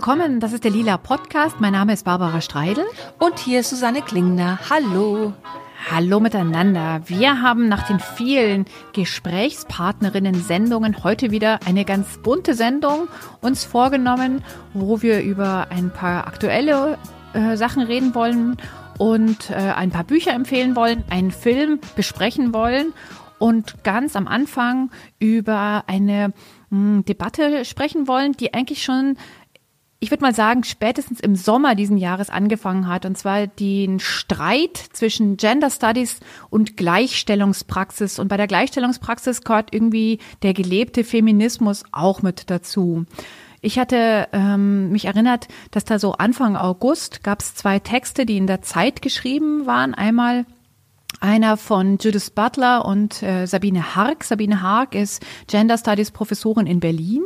willkommen, das ist der Lila Podcast. Mein Name ist Barbara Streidel. Und hier ist Susanne Klingner. Hallo. Hallo miteinander. Wir haben nach den vielen Gesprächspartnerinnen-Sendungen heute wieder eine ganz bunte Sendung uns vorgenommen, wo wir über ein paar aktuelle Sachen reden wollen und ein paar Bücher empfehlen wollen, einen Film besprechen wollen und ganz am Anfang über eine Debatte sprechen wollen, die eigentlich schon, ich würde mal sagen, spätestens im Sommer diesen Jahres angefangen hat, und zwar den Streit zwischen Gender Studies und Gleichstellungspraxis. Und bei der Gleichstellungspraxis gehört irgendwie der gelebte Feminismus auch mit dazu. Ich hatte mich erinnert, dass da so Anfang August gab es 2 Texte, die in der Zeit geschrieben waren. Einmal einer von Judith Butler und Sabine Hark. Sabine Hark ist Gender Studies Professorin in Berlin.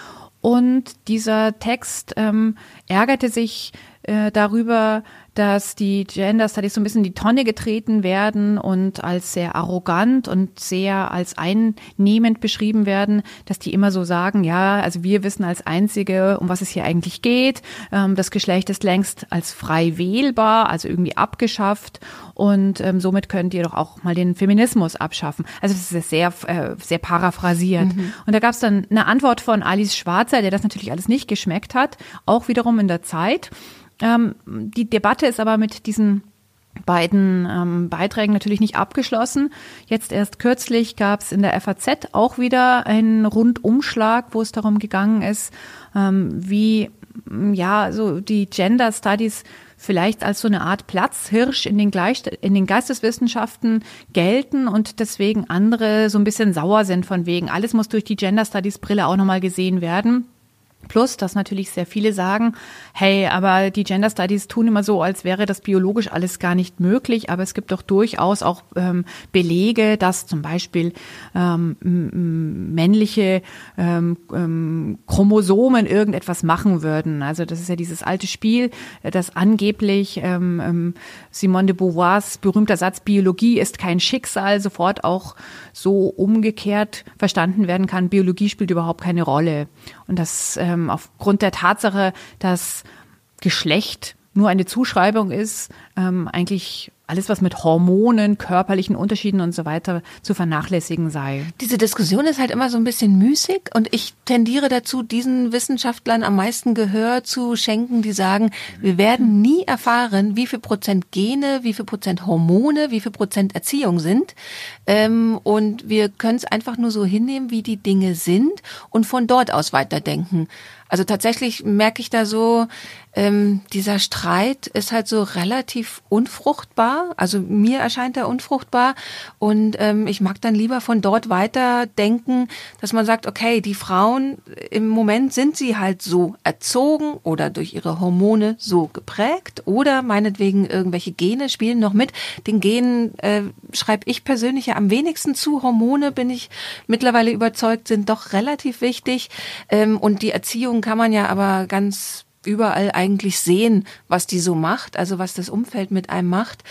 Und dieser Text ärgerte sich darüber, dass die Gender Studies so ein bisschen in die Tonne getreten werden und als sehr arrogant und sehr als einnehmend beschrieben werden, dass die immer so sagen, ja, also wir wissen als Einzige, um was es hier eigentlich geht. Das Geschlecht ist längst als frei wählbar, also irgendwie abgeschafft, und somit könnt ihr doch auch mal den Feminismus abschaffen. Also das ist sehr, sehr paraphrasiert. Und da gab es dann eine Antwort von Alice Schwarzer, der das natürlich alles nicht geschmeckt hat, auch wiederum in der Zeit. Die Debatte ist aber mit diesen beiden Beiträgen natürlich nicht abgeschlossen. Jetzt erst kürzlich gab es in der FAZ auch wieder einen Rundumschlag, wo es darum gegangen ist, wie so die Gender Studies vielleicht als so eine Art Platzhirsch in den Geisteswissenschaften gelten und deswegen andere so ein bisschen sauer sind von wegen, alles muss durch die Gender Studies Brille auch nochmal gesehen werden. Plus, dass natürlich sehr viele sagen, hey, aber die Gender Studies tun immer so, als wäre das biologisch alles gar nicht möglich. Aber es gibt doch durchaus auch Belege, dass zum Beispiel männliche Chromosomen irgendetwas machen würden. Also das ist ja dieses alte Spiel, das angeblich Simone de Beauvoirs berühmter Satz, Biologie ist kein Schicksal, sofort auch so umgekehrt verstanden werden kann. Biologie spielt überhaupt keine Rolle. Und das aufgrund der Tatsache, dass Geschlecht nur eine Zuschreibung ist, eigentlich alles, was mit Hormonen, körperlichen Unterschieden und so weiter zu vernachlässigen sei. Diese Diskussion ist halt immer so ein bisschen müßig und ich tendiere dazu, diesen Wissenschaftlern am meisten Gehör zu schenken, die sagen, wir werden nie erfahren, wie viel Prozent Gene, wie viel Prozent Hormone, wie viel Prozent Erziehung sind. Und wir können es einfach nur so hinnehmen, wie die Dinge sind und von dort aus weiterdenken. Also tatsächlich merke ich da so, dieser Streit ist halt so relativ unfruchtbar. Also mir erscheint er unfruchtbar und ich mag dann lieber von dort weiter denken, dass man sagt, okay, die Frauen, im Moment sind sie halt so erzogen oder durch ihre Hormone so geprägt oder meinetwegen irgendwelche Gene spielen noch mit. Den Genen schreibe ich persönlich ja am wenigsten zu. Hormone, bin ich mittlerweile überzeugt, sind doch relativ wichtig und die Erziehung kann man ja aber ganz überall eigentlich sehen, was die so macht, also was das Umfeld mit einem macht,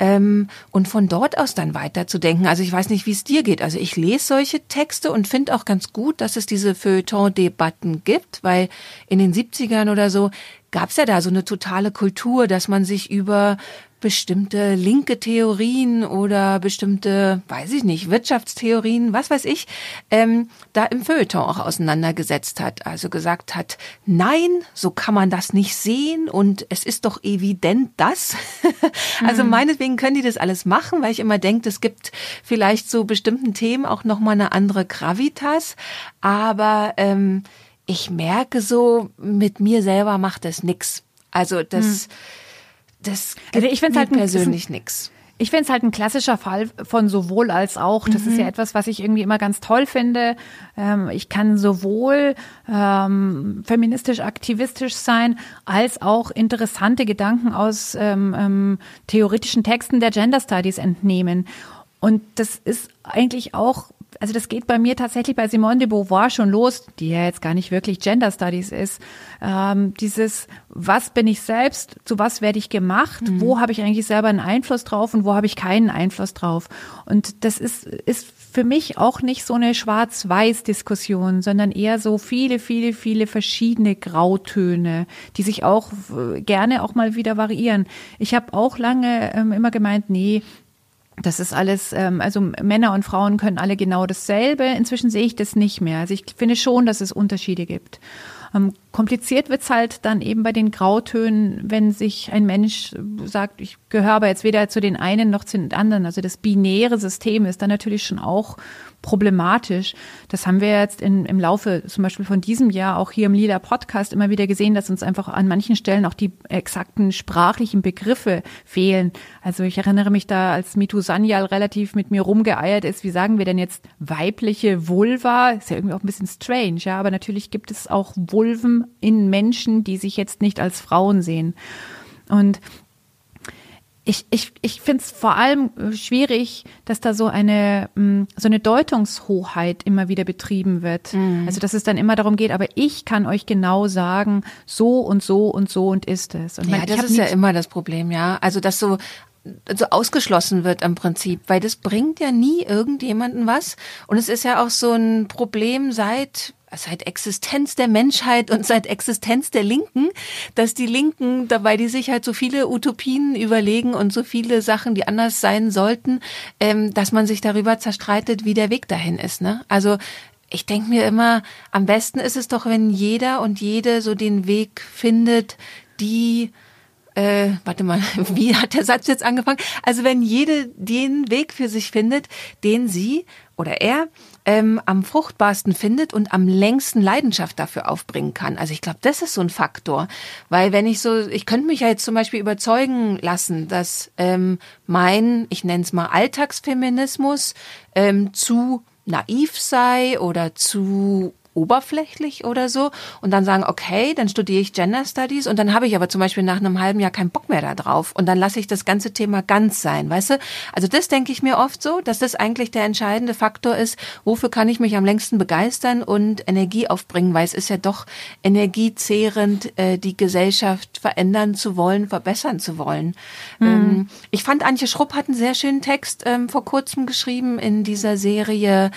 und von dort aus dann weiterzudenken. Also ich weiß nicht, wie es dir geht. Also ich lese solche Texte und finde auch ganz gut, dass es diese Feuilleton-Debatten gibt, weil in den 70ern oder so gab es ja da so eine totale Kultur, dass man sich über bestimmte linke Theorien oder bestimmte, weiß ich nicht, Wirtschaftstheorien, was weiß ich, da im Feuilleton auch auseinandergesetzt hat. Also gesagt hat, nein, so kann man das nicht sehen und es ist doch evident das. Also meinetwegen können die das alles machen, weil ich immer denke, es gibt vielleicht so bestimmten Themen auch nochmal eine andere Gravitas, aber ich merke so, mit mir selber macht das nix. Also das gibt ich finde mir persönlich nix. Ich finde es halt ein klassischer Fall von sowohl als auch. Das ist ja etwas, was ich irgendwie immer ganz toll finde. Ich kann sowohl feministisch, aktivistisch sein, als auch interessante Gedanken aus theoretischen Texten der Gender Studies entnehmen. Und das ist eigentlich auch also das geht bei mir tatsächlich bei Simone de Beauvoir schon los, die ja jetzt gar nicht wirklich Gender Studies ist. Dieses, was bin ich selbst, zu was werde ich gemacht, wo habe ich eigentlich selber einen Einfluss drauf und wo habe ich keinen Einfluss drauf. Und das ist für mich auch nicht so eine Schwarz-Weiß-Diskussion, sondern eher so viele, viele, viele verschiedene Grautöne, die sich auch gerne auch mal wieder variieren. Ich habe auch lange immer gemeint, nee, das ist alles, also Männer und Frauen können alle genau dasselbe. Inzwischen sehe ich das nicht mehr. Also ich finde schon, dass es Unterschiede gibt. Kompliziert wird's halt dann eben bei den Grautönen, wenn sich ein Mensch sagt, ich gehöre aber jetzt weder zu den einen noch zu den anderen. Also das binäre System ist dann natürlich schon auch problematisch. Das haben wir jetzt im Laufe zum Beispiel von diesem Jahr auch hier im Lila Podcast immer wieder gesehen, dass uns einfach an manchen Stellen auch die exakten sprachlichen Begriffe fehlen. Also ich erinnere mich da, als Mitu Sanyal relativ mit mir rumgeeiert ist, wie sagen wir denn jetzt weibliche Vulva? Ist ja irgendwie auch ein bisschen strange, ja, aber natürlich gibt es auch Vulven in Menschen, die sich jetzt nicht als Frauen sehen. Und ich finde es vor allem schwierig, dass da so eine Deutungshoheit immer wieder betrieben wird. Also dass es dann immer darum geht, aber ich kann euch genau sagen, so und so und so und ist es. Und ja, das ist ja immer das Problem, ja. Also dass so ausgeschlossen wird im Prinzip, weil das bringt ja nie irgendjemanden was. Und es ist ja auch so ein Problem seit Existenz der Menschheit und seit Existenz der Linken, dass die Linken, dabei die sich halt so viele Utopien überlegen und so viele Sachen, die anders sein sollten, dass man sich darüber zerstreitet, wie der Weg dahin ist, ne? Also ich denke mir immer, am besten ist es doch, wenn jeder und jede so den Weg findet, die wie hat der Satz jetzt angefangen? Also wenn jede den Weg für sich findet, den sie oder er am fruchtbarsten findet und am längsten Leidenschaft dafür aufbringen kann. Also ich glaube, das ist so ein Faktor. Weil wenn ich könnte mich ja jetzt zum Beispiel überzeugen lassen, dass ich nenne es mal Alltagsfeminismus, zu naiv sei oder zu oberflächlich oder so und dann sagen, okay, dann studiere ich Gender Studies und dann habe ich aber zum Beispiel nach einem halben Jahr keinen Bock mehr da drauf und dann lasse ich das ganze Thema ganz sein, weißt du? Also das denke ich mir oft so, dass das eigentlich der entscheidende Faktor ist, wofür kann ich mich am längsten begeistern und Energie aufbringen, weil es ist ja doch energiezehrend, die Gesellschaft verändern zu wollen, verbessern zu wollen. Ich fand, Antje Schrupp hat einen sehr schönen Text vor kurzem geschrieben in dieser Serie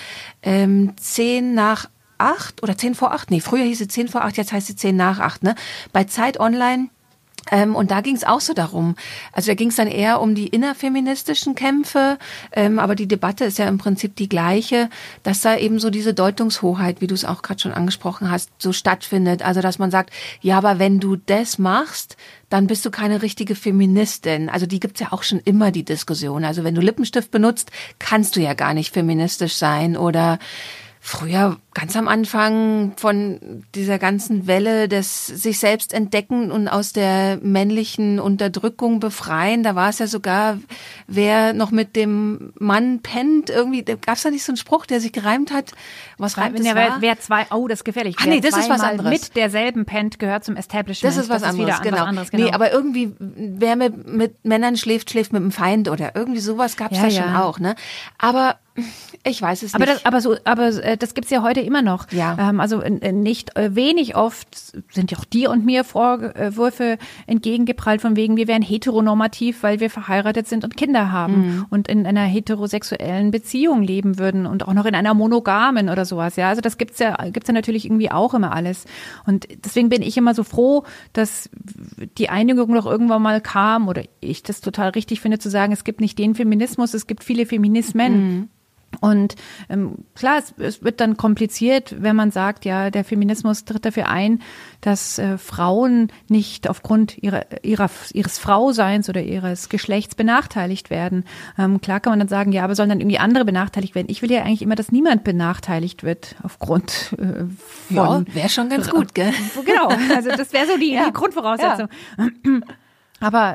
10 nach 8 oder 10 vor 8, nee, früher hieß sie 10 vor 8, jetzt heißt sie 10 nach 8, ne? Bei Zeit Online. Und da ging es auch so darum. Also da ging es dann eher um die innerfeministischen Kämpfe, aber die Debatte ist ja im Prinzip die gleiche, dass da eben so diese Deutungshoheit, wie du es auch gerade schon angesprochen hast, so stattfindet. Also dass man sagt, ja, aber wenn du das machst, dann bist du keine richtige Feministin. Also die gibt's ja auch schon immer, die Diskussion. Also wenn du Lippenstift benutzt, kannst du ja gar nicht feministisch sein oder früher, ganz am Anfang von dieser ganzen Welle des sich selbst entdecken und aus der männlichen Unterdrückung befreien, da war es ja sogar, wer noch mit dem Mann pennt, irgendwie, da gab es da nicht so einen Spruch, der sich gereimt hat? Was reimt es war? Das ist gefährlich. Nee, das ist was anderes. Mit derselben pennt, gehört zum Establishment. Das ist was anderes, genau. Nee, aber irgendwie, wer mit Männern schläft, schläft mit dem Feind oder irgendwie sowas gab es schon auch, ne? Aber ich weiß es nicht. Aber das gibt's ja heute immer noch. Ja. Also nicht wenig oft sind ja auch dir und mir Vorwürfe entgegengeprallt von wegen, wir wären heteronormativ, weil wir verheiratet sind und Kinder haben und in einer heterosexuellen Beziehung leben würden und auch noch in einer monogamen oder sowas. Ja, also das gibt's ja natürlich irgendwie auch immer alles. Und deswegen bin ich immer so froh, dass die Einigung noch irgendwann mal kam oder ich das total richtig finde zu sagen, es gibt nicht den Feminismus, es gibt viele Feminismen. Und klar, es wird dann kompliziert, wenn man sagt, ja, der Feminismus tritt dafür ein, dass Frauen nicht aufgrund ihres Frauseins oder ihres Geschlechts benachteiligt werden. Klar kann man dann sagen, ja, aber sollen dann irgendwie andere benachteiligt werden? Ich will ja eigentlich immer, dass niemand benachteiligt wird aufgrund von... Ja, wäre schon ganz gut, gell? Genau, also das wäre so die Grundvoraussetzung. Ja. Aber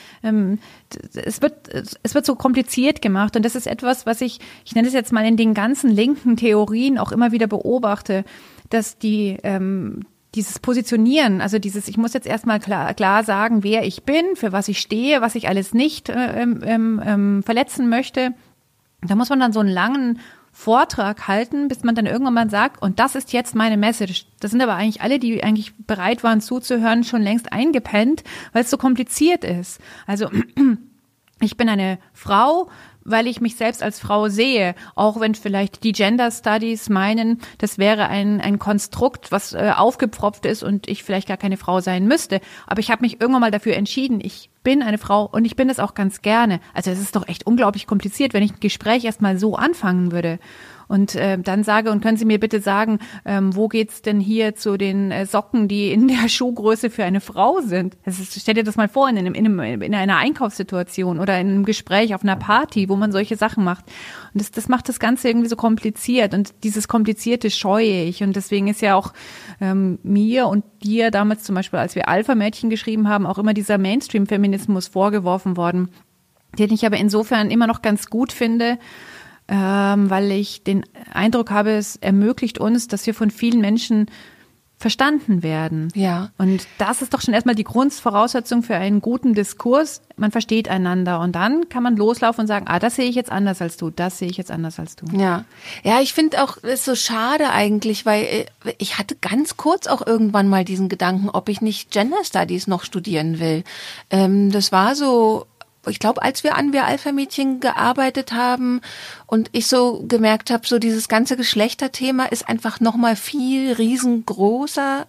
es wird so kompliziert gemacht und das ist etwas, was ich nenne es jetzt mal in den ganzen linken Theorien auch immer wieder beobachte, dass dieses Positionieren, also ich muss jetzt erstmal klar sagen, wer ich bin, für was ich stehe, was ich alles nicht verletzen möchte. Da muss man dann so einen langen Vortrag halten, bis man dann irgendwann mal sagt, und das ist jetzt meine Message. Das sind aber eigentlich alle, die eigentlich bereit waren zuzuhören, schon längst eingepennt, weil es so kompliziert ist. Also ich bin eine Frau, weil ich mich selbst als Frau sehe, auch wenn vielleicht die Gender Studies meinen, das wäre ein Konstrukt, was aufgepfropft ist und ich vielleicht gar keine Frau sein müsste. Aber ich habe mich irgendwann mal dafür entschieden, ich bin eine Frau und ich bin es auch ganz gerne. Also es ist doch echt unglaublich kompliziert, wenn ich ein Gespräch erstmal so anfangen würde. Und dann sage, und können Sie mir bitte sagen, wo geht's denn hier zu den Socken, die in der Schuhgröße für eine Frau sind? Stell dir das mal vor, in einer Einkaufssituation oder in einem Gespräch auf einer Party, wo man solche Sachen macht. Und das macht das Ganze irgendwie so kompliziert. Und dieses Komplizierte scheue ich. Und deswegen ist ja auch mir und dir damals zum Beispiel, als wir Alpha-Mädchen geschrieben haben, auch immer dieser Mainstream-Feminismus vorgeworfen worden, den ich aber insofern immer noch ganz gut finde, weil ich den Eindruck habe, es ermöglicht uns, dass wir von vielen Menschen verstanden werden. Ja. Und das ist doch schon erstmal die Grundvoraussetzung für einen guten Diskurs. Man versteht einander und dann kann man loslaufen und sagen, das sehe ich jetzt anders als du, das sehe ich jetzt anders als du. Ja, ich finde auch, es ist so schade eigentlich, weil ich hatte ganz kurz auch irgendwann mal diesen Gedanken, ob ich nicht Gender Studies noch studieren will. Das war so, ich glaube, als wir an Wir Alpha-Mädchen gearbeitet haben und ich so gemerkt habe, so dieses ganze Geschlechterthema ist einfach nochmal viel größer,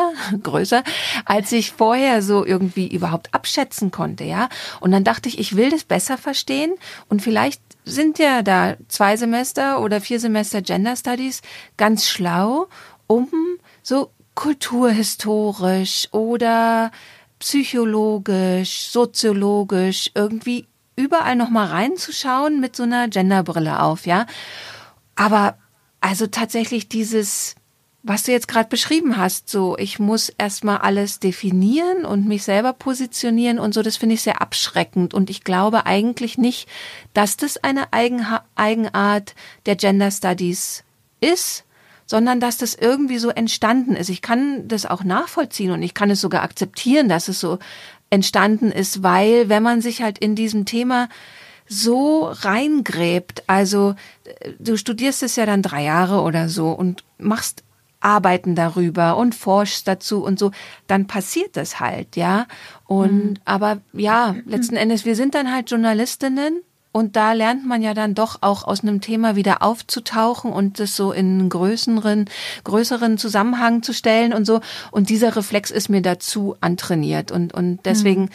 als ich vorher so irgendwie überhaupt abschätzen konnte, ja. Und dann dachte ich will das besser verstehen und vielleicht sind ja da 2 Semester oder 4 Semester Gender Studies ganz schlau, um so kulturhistorisch oder psychologisch, soziologisch irgendwie überall noch mal reinzuschauen mit so einer Genderbrille auf, ja. Aber also tatsächlich dieses, was du jetzt gerade beschrieben hast, so ich muss erstmal alles definieren und mich selber positionieren und so, das finde ich sehr abschreckend und ich glaube eigentlich nicht, dass das eine Eigenart der Gender Studies ist, sondern dass das irgendwie so entstanden ist. Ich kann das auch nachvollziehen und ich kann es sogar akzeptieren, dass es so entstanden ist, weil wenn man sich halt in diesem Thema so reingräbt, also du studierst es ja dann 3 Jahre oder so und machst Arbeiten darüber und forschst dazu und so, dann passiert das halt, ja. Und aber ja, letzten Endes, wir sind dann halt Journalistinnen. Und da lernt man ja dann doch auch aus einem Thema wieder aufzutauchen und das so in einen größeren Zusammenhang zu stellen und so. Und dieser Reflex ist mir dazu antrainiert. Und deswegen,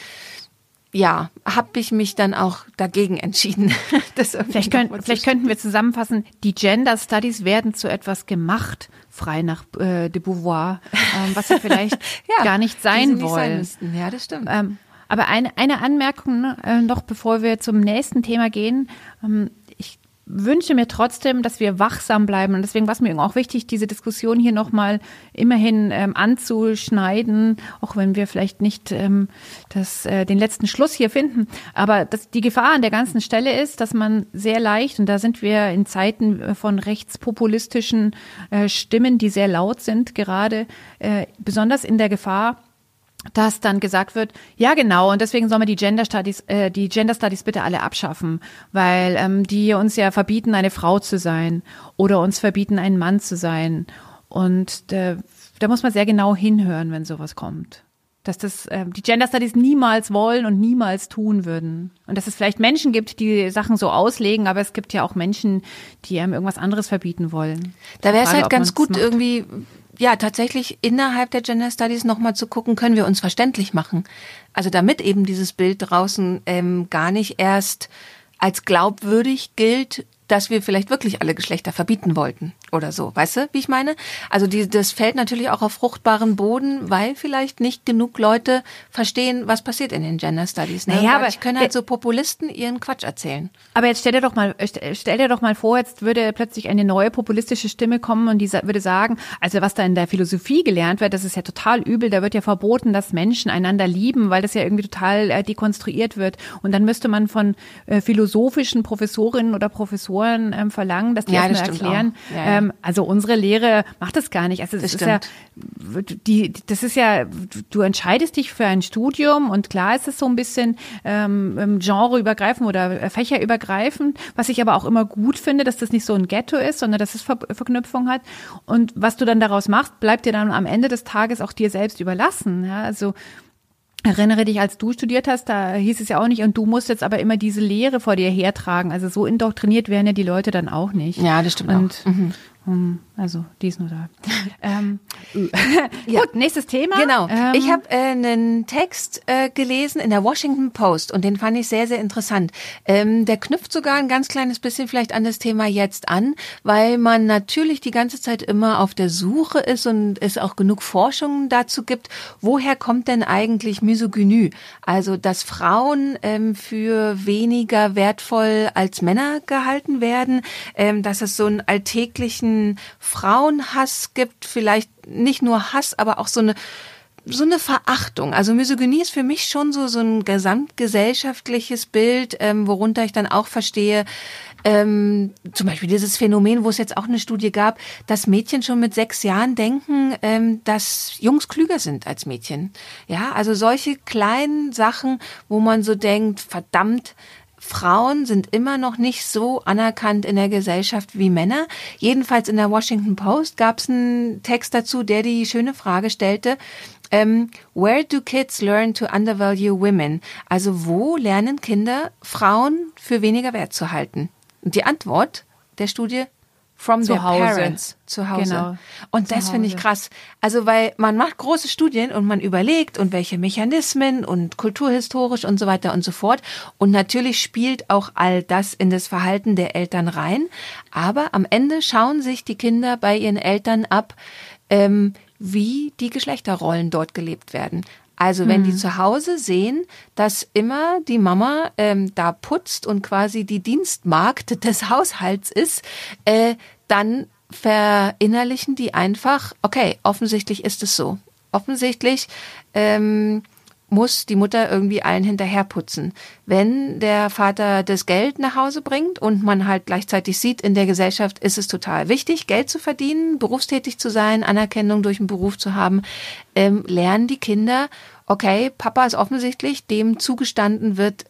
habe ich mich dann auch dagegen entschieden. Vielleicht könnten wir zusammenfassen, die Gender Studies werden zu etwas gemacht, frei nach de Beauvoir, was sie vielleicht gar nicht sein wollen. Ja, das stimmt. Aber eine Anmerkung noch, bevor wir zum nächsten Thema gehen. Ich wünsche mir trotzdem, dass wir wachsam bleiben. Und deswegen war es mir auch wichtig, diese Diskussion hier nochmal immerhin anzuschneiden, auch wenn wir vielleicht nicht den letzten Schluss hier finden. Aber die Gefahr an der ganzen Stelle ist, dass man sehr leicht, und da sind wir in Zeiten von rechtspopulistischen Stimmen, die sehr laut sind, gerade besonders in der Gefahr, dass dann gesagt wird, ja genau, und deswegen sollen wir die Gender Studies bitte alle abschaffen, weil die uns ja verbieten, eine Frau zu sein oder uns verbieten, ein Mann zu sein. Und da muss man sehr genau hinhören, wenn sowas kommt. Dass das die Gender Studies niemals wollen und niemals tun würden. Und dass es vielleicht Menschen gibt, die Sachen so auslegen, aber es gibt ja auch Menschen, die einem irgendwas anderes verbieten wollen. Da wäre es halt ganz gut irgendwie, tatsächlich innerhalb der Gender Studies nochmal zu gucken, können wir uns verständlich machen. Also damit eben dieses Bild draußen gar nicht erst als glaubwürdig gilt, dass wir vielleicht wirklich alle Geschlechter verbieten wollten oder so. Weißt du, wie ich meine? Also das fällt natürlich auch auf fruchtbaren Boden, weil vielleicht nicht genug Leute verstehen, was passiert in den Gender Studies. Ne? Naja, aber ich können halt so Populisten ihren Quatsch erzählen. Aber jetzt stell dir doch mal vor, jetzt würde plötzlich eine neue populistische Stimme kommen und die würde sagen, also was da in der Philosophie gelernt wird, das ist ja total übel, da wird ja verboten, dass Menschen einander lieben, weil das ja irgendwie total dekonstruiert wird. Und dann müsste man von philosophischen Professorinnen oder Professoren verlangen, dass die erstmal erklären, Also unsere Lehre macht das gar nicht. Also das ist ja, du entscheidest dich für ein Studium und klar ist es so ein bisschen genreübergreifend oder fächerübergreifend, was ich aber auch immer gut finde, dass das nicht so ein Ghetto ist, sondern dass es Verknüpfung hat. Und was du dann daraus machst, bleibt dir dann am Ende des Tages auch dir selbst überlassen. Ja, also erinnere dich, als du studiert hast, da hieß es ja auch nicht, und du musst jetzt aber immer diese Lehre vor dir hertragen. Also so indoktriniert werden ja die Leute dann auch nicht. Ja, das stimmt auch. Also dies nur da. Ja. Gut, nächstes Thema. Genau. Ich habe einen Text gelesen in der Washington Post und den fand ich sehr, sehr interessant. Der knüpft sogar ein ganz kleines bisschen vielleicht an das Thema jetzt an, weil man natürlich die ganze Zeit immer auf der Suche ist und es auch genug Forschung dazu gibt, woher kommt denn eigentlich Misogynie? Also, dass Frauen für weniger wertvoll als Männer gehalten werden, dass es so einen alltäglichen Frauenhass gibt, vielleicht nicht nur Hass, aber auch so eine Verachtung. Also Misogynie ist für mich schon so ein gesamtgesellschaftliches Bild, worunter ich dann auch verstehe, zum Beispiel dieses Phänomen, wo es jetzt auch eine Studie gab, dass Mädchen schon mit 6 Jahren denken, dass Jungs klüger sind als Mädchen. Ja, also solche kleinen Sachen, wo man so denkt, verdammt, Frauen sind immer noch nicht so anerkannt in der Gesellschaft wie Männer. Jedenfalls in der Washington Post gab es einen Text dazu, der die schöne Frage stellte, where do kids learn to undervalue women? Also wo lernen Kinder, Frauen für weniger wert zu halten? Und die Antwort der Studie, from their parents, zu Hause. Genau. Und das finde ich krass. Also, weil man macht große Studien und man überlegt und welche Mechanismen und kulturhistorisch und so weiter und so fort. Und natürlich spielt auch all das in das Verhalten der Eltern rein. Aber am Ende schauen sich die Kinder bei ihren Eltern ab, wie die Geschlechterrollen dort gelebt werden. Also wenn die zu Hause sehen, dass immer die Mama da putzt und quasi die Dienstmagd des Haushalts ist, dann verinnerlichen die einfach, okay, offensichtlich ist es so. Offensichtlich muss die Mutter irgendwie allen hinterher putzen. Wenn der Vater das Geld nach Hause bringt und man halt gleichzeitig sieht, in der Gesellschaft ist es total wichtig, Geld zu verdienen, berufstätig zu sein, Anerkennung durch einen Beruf zu haben, lernen die Kinder, okay, Papa ist offensichtlich, dem zugestanden wird,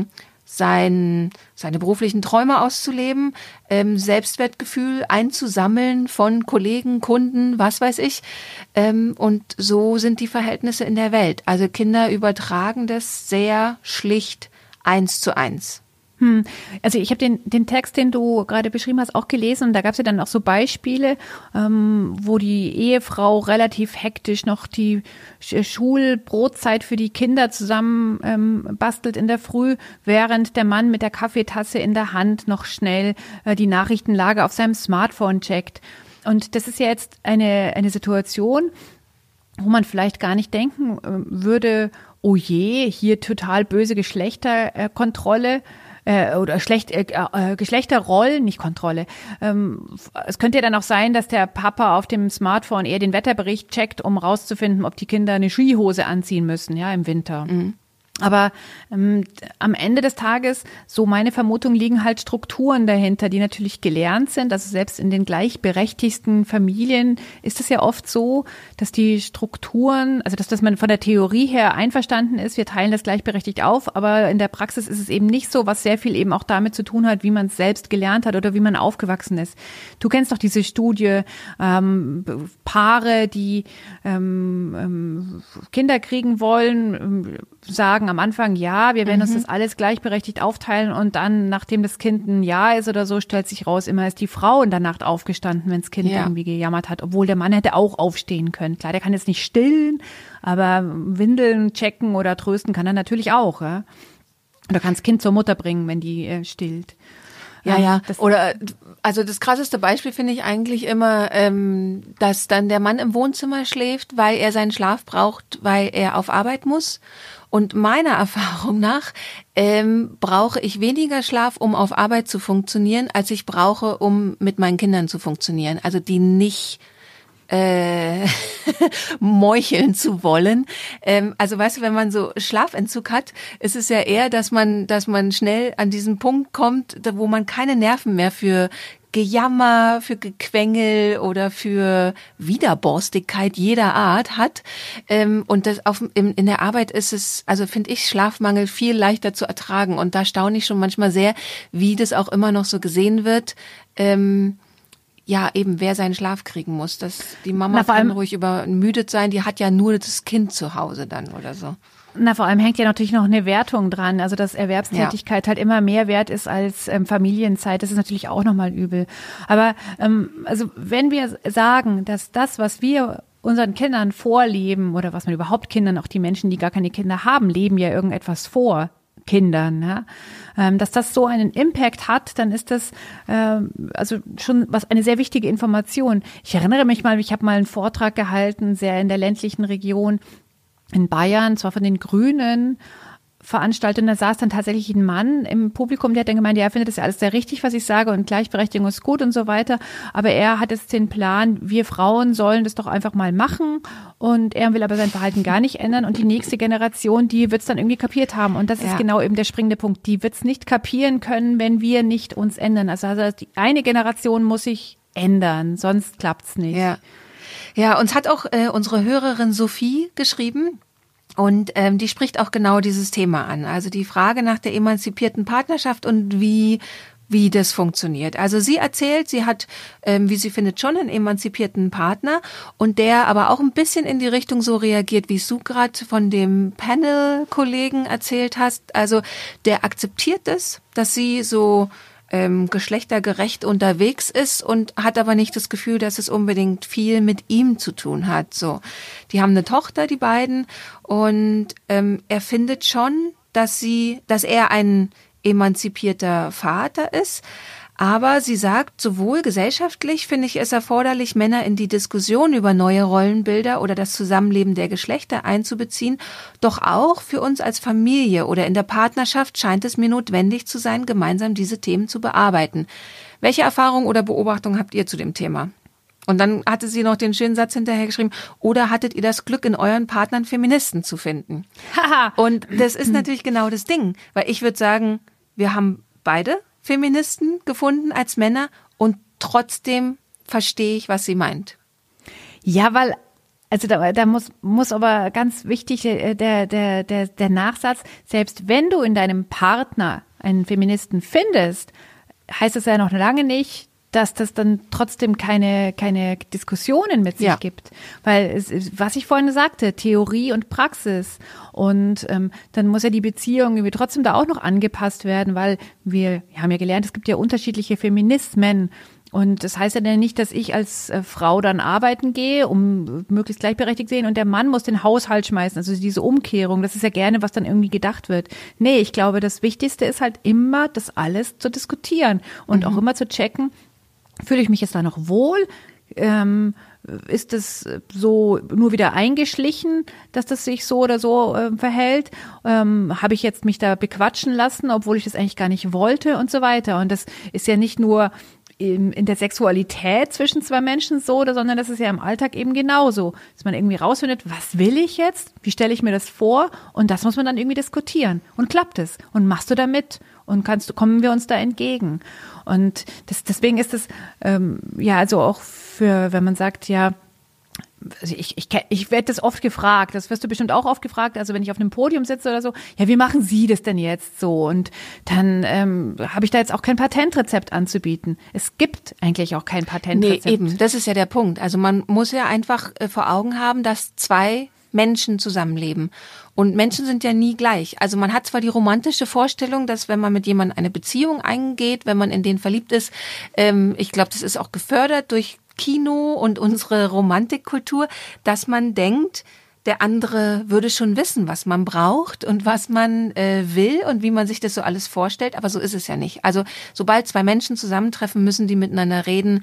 seine beruflichen Träume auszuleben, Selbstwertgefühl einzusammeln von Kollegen, Kunden, was weiß ich. Und so sind die Verhältnisse in der Welt. Also Kinder übertragen das sehr schlicht 1:1. Also ich habe den Text, den du gerade beschrieben hast, auch gelesen und da gab es ja dann auch so Beispiele, wo die Ehefrau relativ hektisch noch die Schulbrotzeit für die Kinder zusammen bastelt in der Früh, während der Mann mit der Kaffeetasse in der Hand noch schnell die Nachrichtenlage auf seinem Smartphone checkt. Und das ist ja jetzt eine Situation, wo man vielleicht gar nicht denken würde, oh je, hier total böse Geschlechterkontrolle, oder Geschlechterrollen, nicht Kontrolle. Es könnte ja dann auch sein, dass der Papa auf dem Smartphone eher den Wetterbericht checkt, um rauszufinden, ob die Kinder eine Skihose anziehen müssen, ja, im Winter. Aber am Ende des Tages, so meine Vermutung, liegen halt Strukturen dahinter, die natürlich gelernt sind. Also selbst in den gleichberechtigten Familien ist es ja oft so, dass die Strukturen, also dass man von der Theorie her einverstanden ist, wir teilen das gleichberechtigt auf, aber in der Praxis ist es eben nicht so, was sehr viel eben auch damit zu tun hat, wie man es selbst gelernt hat oder wie man aufgewachsen ist. Du kennst doch diese Studie, Paare, die Kinder kriegen wollen, sagen am Anfang, ja, wir werden uns das alles gleichberechtigt aufteilen und dann, nachdem das Kind ein Jahr ist oder so, stellt sich raus, immer ist die Frau in der Nacht aufgestanden, wenn das Kind irgendwie gejammert hat, obwohl der Mann hätte auch aufstehen können. Klar, der kann jetzt nicht stillen, aber Windeln checken oder trösten kann er natürlich auch. Ja? Oder kann das Kind zur Mutter bringen, wenn die stillt. Ja. Oder also das krasseste Beispiel finde ich eigentlich immer, dass dann der Mann im Wohnzimmer schläft, weil er seinen Schlaf braucht, weil er auf Arbeit muss. Und meiner Erfahrung nach brauche ich weniger Schlaf, um auf Arbeit zu funktionieren, als ich brauche, um mit meinen Kindern zu funktionieren. Also die nicht meucheln zu wollen. Also weißt du, wenn man so Schlafentzug hat, ist es ja eher, dass man schnell an diesen Punkt kommt, wo man keine Nerven mehr für Gejammer, für Gequengel oder für Widerborstigkeit jeder Art hat. Und das in der Arbeit ist es, also finde ich, Schlafmangel viel leichter zu ertragen. Und da staune ich schon manchmal sehr, wie das auch immer noch so gesehen wird. Ja, eben, wer seinen Schlaf kriegen muss. Die Mama kann ruhig übermüdet sein, die hat ja nur das Kind zu Hause dann oder so. Na, vor allem hängt ja natürlich noch eine Wertung dran, also dass Erwerbstätigkeit halt immer mehr wert ist als Familienzeit, das ist natürlich auch nochmal übel. Aber also wenn wir sagen, dass das, was wir unseren Kindern vorleben oder was man überhaupt Kindern, auch die Menschen, die gar keine Kinder haben, leben ja irgendetwas vor Kindern, ja? Dass das so einen Impact hat, dann ist das also schon eine sehr wichtige Information. Ich erinnere mich mal, ich habe mal einen Vortrag gehalten, sehr in der ländlichen Region in Bayern, zwar von den Grünen veranstaltet, und da saß dann tatsächlich ein Mann im Publikum, der hat dann gemeint, ja, er findet das ja alles sehr richtig, was ich sage, und Gleichberechtigung ist gut und so weiter, aber er hat jetzt den Plan, wir Frauen sollen das doch einfach mal machen, und er will aber sein Verhalten gar nicht ändern, und die nächste Generation, die wird es dann irgendwie kapiert haben, und das ist genau eben der springende Punkt, die wird es nicht kapieren können, wenn wir nicht uns ändern, also die eine Generation muss sich ändern, sonst klappt's nicht. Ja, uns hat auch unsere Hörerin Sophie geschrieben, und die spricht auch genau dieses Thema an. Also die Frage nach der emanzipierten Partnerschaft und wie das funktioniert. Also sie erzählt, sie hat, wie sie findet, schon einen emanzipierten Partner, und der aber auch ein bisschen in die Richtung so reagiert, wie es du gerade von dem Panel-Kollegen erzählt hast. Also der akzeptiert es, dass sie so geschlechtergerecht unterwegs ist und hat aber nicht das Gefühl, dass es unbedingt viel mit ihm zu tun hat. So, die haben eine Tochter, die beiden, und er findet schon, dass er ein emanzipierter Vater ist. Aber sie sagt, sowohl gesellschaftlich finde ich es erforderlich, Männer in die Diskussion über neue Rollenbilder oder das Zusammenleben der Geschlechter einzubeziehen. Doch auch für uns als Familie oder in der Partnerschaft scheint es mir notwendig zu sein, gemeinsam diese Themen zu bearbeiten. Welche Erfahrung oder Beobachtung habt ihr zu dem Thema? Und dann hatte sie noch den schönen Satz hinterher geschrieben, oder hattet ihr das Glück, in euren Partnern Feministen zu finden? Und das ist natürlich genau das Ding, weil ich würde sagen, wir haben beide Feministen gefunden als Männer, und trotzdem verstehe ich, was sie meint. Ja, weil, also da muss aber ganz wichtig der Nachsatz, selbst wenn du in deinem Partner einen Feministen findest, heißt es ja noch lange nicht, dass das dann trotzdem keine Diskussionen mit sich gibt. Weil, was ich vorhin sagte, Theorie und Praxis. Und dann muss ja die Beziehung irgendwie trotzdem da auch noch angepasst werden, weil wir haben ja gelernt, es gibt ja unterschiedliche Feminismen. Und das heißt ja dann nicht, dass ich als Frau dann arbeiten gehe, um möglichst gleichberechtigt zu sehen, und der Mann muss den Haushalt schmeißen. Also diese Umkehrung, das ist ja gerne, was dann irgendwie gedacht wird. Nee, ich glaube, das Wichtigste ist halt immer, das alles zu diskutieren und auch immer zu checken, fühle ich mich jetzt da noch wohl? Ist es so nur wieder eingeschlichen, dass das sich so oder so verhält? Habe ich jetzt mich da bequatschen lassen, obwohl ich das eigentlich gar nicht wollte und so weiter? Und das ist ja nicht nur in der Sexualität zwischen zwei Menschen so, sondern das ist ja im Alltag eben genauso, dass man irgendwie rausfindet, was will ich jetzt? Wie stelle ich mir das vor? Und das muss man dann irgendwie diskutieren. Und klappt es? Und machst du da mit? Und kommen wir uns da entgegen? Und deswegen ist es, ja, also auch für, wenn man sagt, ja, also ich werde das oft gefragt, das wirst du bestimmt auch oft gefragt, also wenn ich auf einem Podium sitze oder so, ja, wie machen Sie das denn jetzt so? Und dann habe ich da jetzt auch kein Patentrezept anzubieten. Es gibt eigentlich auch kein Patentrezept. Nee, eben, das ist ja der Punkt. Also man muss ja einfach vor Augen haben, dass zwei Menschen zusammenleben. Und Menschen sind ja nie gleich. Also man hat zwar die romantische Vorstellung, dass wenn man mit jemandem eine Beziehung eingeht, wenn man in den verliebt ist, ich glaube, das ist auch gefördert durch Kino und unsere Romantikkultur, dass man denkt, der andere würde schon wissen, was man braucht und was man will und wie man sich das so alles vorstellt. Aber so ist es ja nicht. Also sobald zwei Menschen zusammentreffen, müssen die miteinander reden,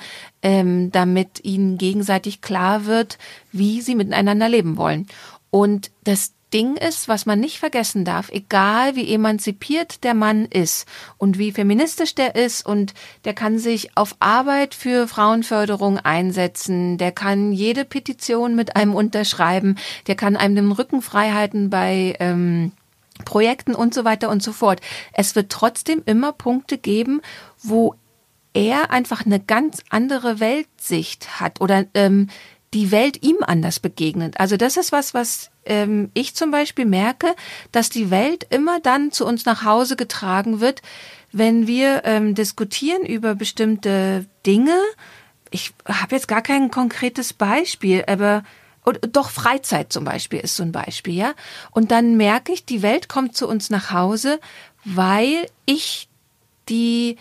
damit ihnen gegenseitig klar wird, wie sie miteinander leben wollen. Und das Ding ist, was man nicht vergessen darf, egal wie emanzipiert der Mann ist und wie feministisch der ist, und der kann sich auf Arbeit für Frauenförderung einsetzen, der kann jede Petition mit einem unterschreiben, der kann einem den Rücken frei halten bei Projekten und so weiter und so fort. Es wird trotzdem immer Punkte geben, wo er einfach eine ganz andere Weltsicht hat oder die Welt ihm anders begegnet. Also das ist was ich zum Beispiel merke, dass die Welt immer dann zu uns nach Hause getragen wird, wenn wir diskutieren über bestimmte Dinge. Ich habe jetzt gar kein konkretes Beispiel, aber doch Freizeit zum Beispiel ist so ein Beispiel, ja. Und dann merke ich, die Welt kommt zu uns nach Hause, weil die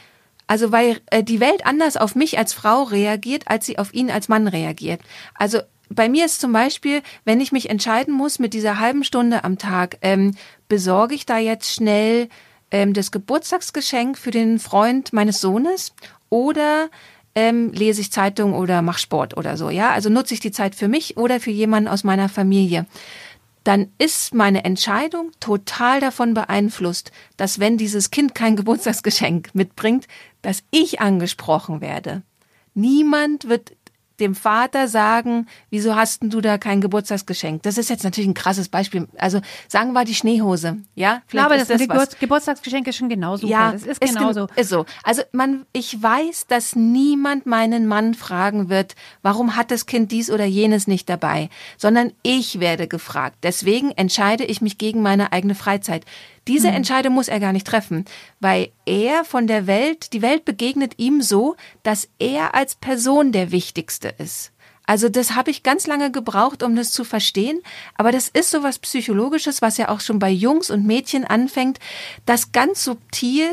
Welt anders auf mich als Frau reagiert, als sie auf ihn als Mann reagiert. Also bei mir ist zum Beispiel, wenn ich mich entscheiden muss mit dieser halben Stunde am Tag, besorge ich da jetzt schnell das Geburtstagsgeschenk für den Freund meines Sohnes oder lese ich Zeitung oder mache Sport oder so, ja? Also nutze ich die Zeit für mich oder für jemanden aus meiner Familie. Dann ist meine Entscheidung total davon beeinflusst, dass wenn dieses Kind kein Geburtstagsgeschenk mitbringt, dass ich angesprochen werde. Niemand wird dem Vater sagen, wieso hast denn du da kein Geburtstagsgeschenk? Das ist jetzt natürlich ein krasses Beispiel. Also sagen wir die Schneehose, ja? Vielleicht aber das Geburtstagsgeschenk ist schon genauso. Ja, das ist genauso. Ist so. Also ich weiß, dass niemand meinen Mann fragen wird, warum hat das Kind dies oder jenes nicht dabei, sondern ich werde gefragt. Deswegen entscheide ich mich gegen meine eigene Freizeit. Diese Entscheidung muss er gar nicht treffen, weil er von der Welt, die Welt begegnet ihm so, dass er als Person der Wichtigste ist. Also das habe ich ganz lange gebraucht, um das zu verstehen, aber das ist so was Psychologisches, was ja auch schon bei Jungs und Mädchen anfängt, dass ganz subtil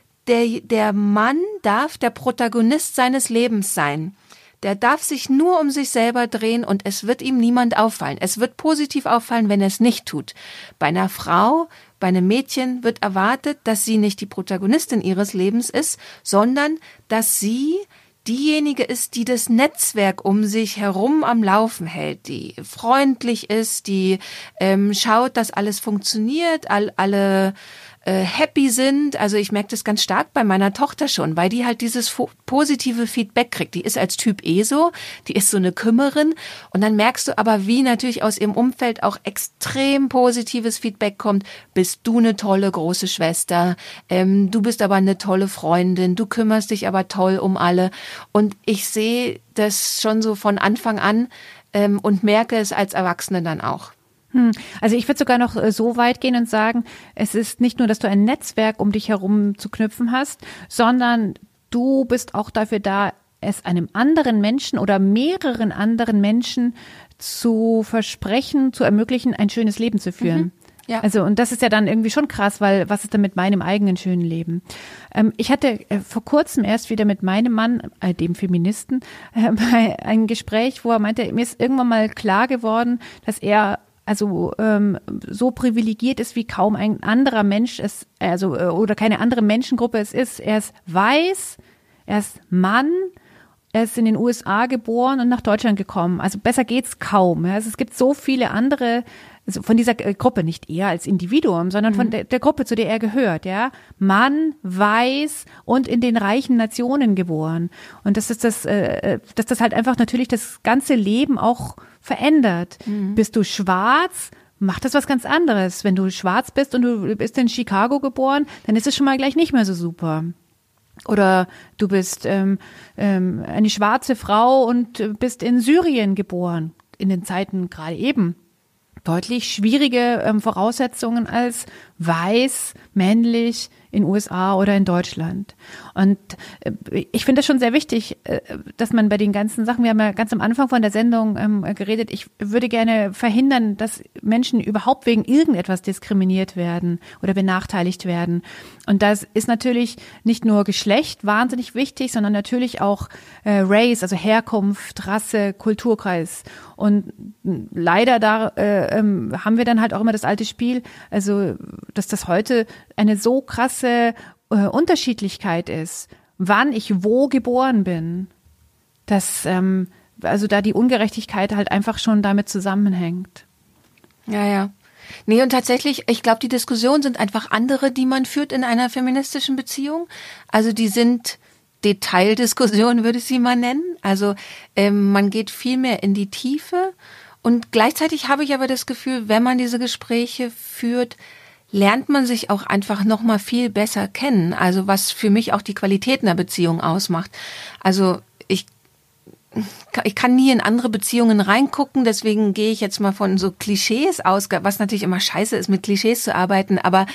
der Mann darf der Protagonist seines Lebens sein. Der darf sich nur um sich selber drehen und es wird ihm niemand auffallen. Es wird positiv auffallen, wenn er es nicht tut. Bei einer Frau, bei einem Mädchen wird erwartet, dass sie nicht die Protagonistin ihres Lebens ist, sondern dass sie diejenige ist, die das Netzwerk um sich herum am Laufen hält, die freundlich ist, die schaut, dass alles funktioniert, alle happy sind. Also ich merke das ganz stark bei meiner Tochter schon, weil die halt dieses positive Feedback kriegt. Die ist als Typ so, die ist so eine Kümmerin und dann merkst du aber, wie natürlich aus ihrem Umfeld auch extrem positives Feedback kommt. Bist du eine tolle große Schwester, du bist aber eine tolle Freundin, du kümmerst dich aber toll um alle. Und ich sehe das schon so von Anfang an und merke es als Erwachsene dann auch. Also ich würde sogar noch so weit gehen und sagen, es ist nicht nur, dass du ein Netzwerk um dich herum zu knüpfen hast, sondern du bist auch dafür da, es einem anderen Menschen oder mehreren anderen Menschen zu versprechen, zu ermöglichen, ein schönes Leben zu führen. Ja. Also, und das ist ja dann irgendwie schon krass, weil was ist denn mit meinem eigenen schönen Leben? Ich hatte vor kurzem erst wieder mit meinem Mann, dem Feministen, ein Gespräch, wo er meinte, mir ist irgendwann mal klar geworden, dass er so privilegiert ist, wie kaum ein anderer Mensch es, oder keine andere Menschengruppe es ist. Er ist weiß, er ist Mann, er ist in den USA geboren und nach Deutschland gekommen. Also besser geht's kaum. Also es gibt so viele andere, also von dieser Gruppe, nicht er als Individuum, sondern von der Gruppe, zu der er gehört, ja. Mann, weiß und in den reichen Nationen geboren. Und dass das halt einfach natürlich das ganze Leben auch verändert. Bist du schwarz, macht das was ganz anderes. Wenn du schwarz bist und du bist in Chicago geboren, dann ist es schon mal gleich nicht mehr so super. Oder du bist eine schwarze Frau und bist in Syrien geboren, in den Zeiten gerade eben. Deutlich schwierige Voraussetzungen als weiß, männlich in USA oder in Deutschland. Und ich finde das schon sehr wichtig, dass man bei den ganzen Sachen, wir haben ja ganz am Anfang von der Sendung geredet, ich würde gerne verhindern, dass Menschen überhaupt wegen irgendetwas diskriminiert werden oder benachteiligt werden. Und das ist natürlich nicht nur Geschlecht wahnsinnig wichtig, sondern natürlich auch Race, also Herkunft, Rasse, Kulturkreis. Und leider haben wir dann halt auch immer das alte Spiel, also dass das heute eine so krasse Unterschiedlichkeit ist, wann ich wo geboren bin, dass also da die Ungerechtigkeit halt einfach schon damit zusammenhängt. Ja. Nee, und tatsächlich, ich glaube, die Diskussionen sind einfach andere, die man führt in einer feministischen Beziehung. Also die sind Detaildiskussionen, würde ich sie mal nennen. Also man geht viel mehr in die Tiefe. Und gleichzeitig habe ich aber das Gefühl, wenn man diese Gespräche führt, lernt man sich auch einfach noch mal viel besser kennen. Also was für mich auch die Qualität einer Beziehung ausmacht. Also ich kann nie in andere Beziehungen reingucken, deswegen gehe ich jetzt mal von so Klischees aus, was natürlich immer scheiße ist, mit Klischees zu arbeiten, aber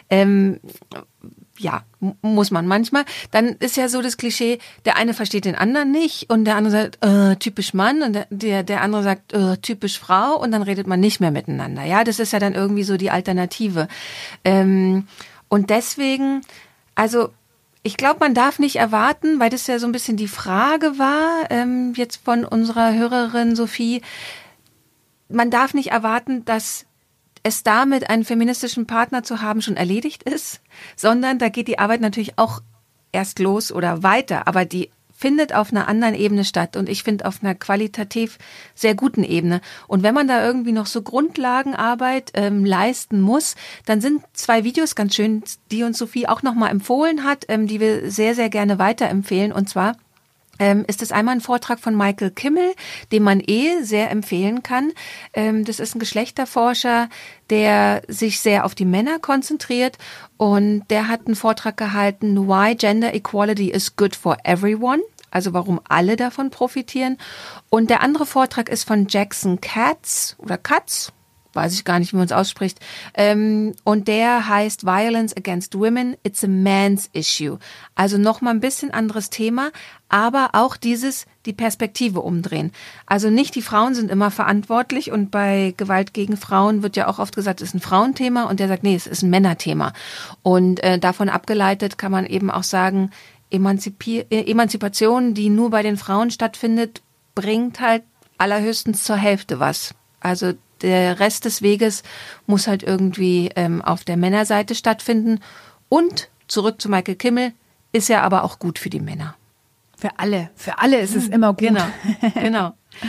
ja, muss man manchmal. Dann ist ja so das Klischee, der eine versteht den anderen nicht und der andere sagt, typisch Mann und der andere sagt, typisch Frau und dann redet man nicht mehr miteinander. Ja, das ist ja dann irgendwie so die Alternative. Und deswegen, also ich glaube, man darf nicht erwarten, weil das ja so ein bisschen die Frage war, jetzt von unserer Hörerin Sophie, man darf nicht erwarten, dass es damit, einen feministischen Partner zu haben, schon erledigt ist, sondern da geht die Arbeit natürlich auch erst los oder weiter, aber die findet auf einer anderen Ebene statt und ich finde auf einer qualitativ sehr guten Ebene. Und wenn man da irgendwie noch so Grundlagenarbeit leisten muss, dann sind 2 Videos ganz schön, die uns Sophie auch nochmal empfohlen hat, die wir sehr, sehr gerne weiterempfehlen. Und zwar ist es einmal ein Vortrag von Michael Kimmel, den man sehr empfehlen kann. Das ist ein Geschlechterforscher, der sich sehr auf die Männer konzentriert und der hat einen Vortrag gehalten, Why Gender Equality is Good for Everyone, also warum alle davon profitieren. Und der andere Vortrag ist von Jackson Katz oder Katz, weiß ich gar nicht, wie man es ausspricht. Und der heißt Violence Against Women, It's a Man's Issue. Also nochmal ein bisschen anderes Thema, aber auch die Perspektive umdrehen. Also nicht die Frauen sind immer verantwortlich und bei Gewalt gegen Frauen wird ja auch oft gesagt, es ist ein Frauenthema und der sagt, nee, es ist ein Männerthema. Und davon abgeleitet kann man eben auch sagen, Emanzipation, die nur bei den Frauen stattfindet, bringt halt allerhöchstens zur Hälfte was. Also der Rest des Weges muss halt irgendwie auf der Männerseite stattfinden. Und zurück zu Michael Kimmel, ist ja aber auch gut für die Männer. Für alle ist es immer gut. Genau.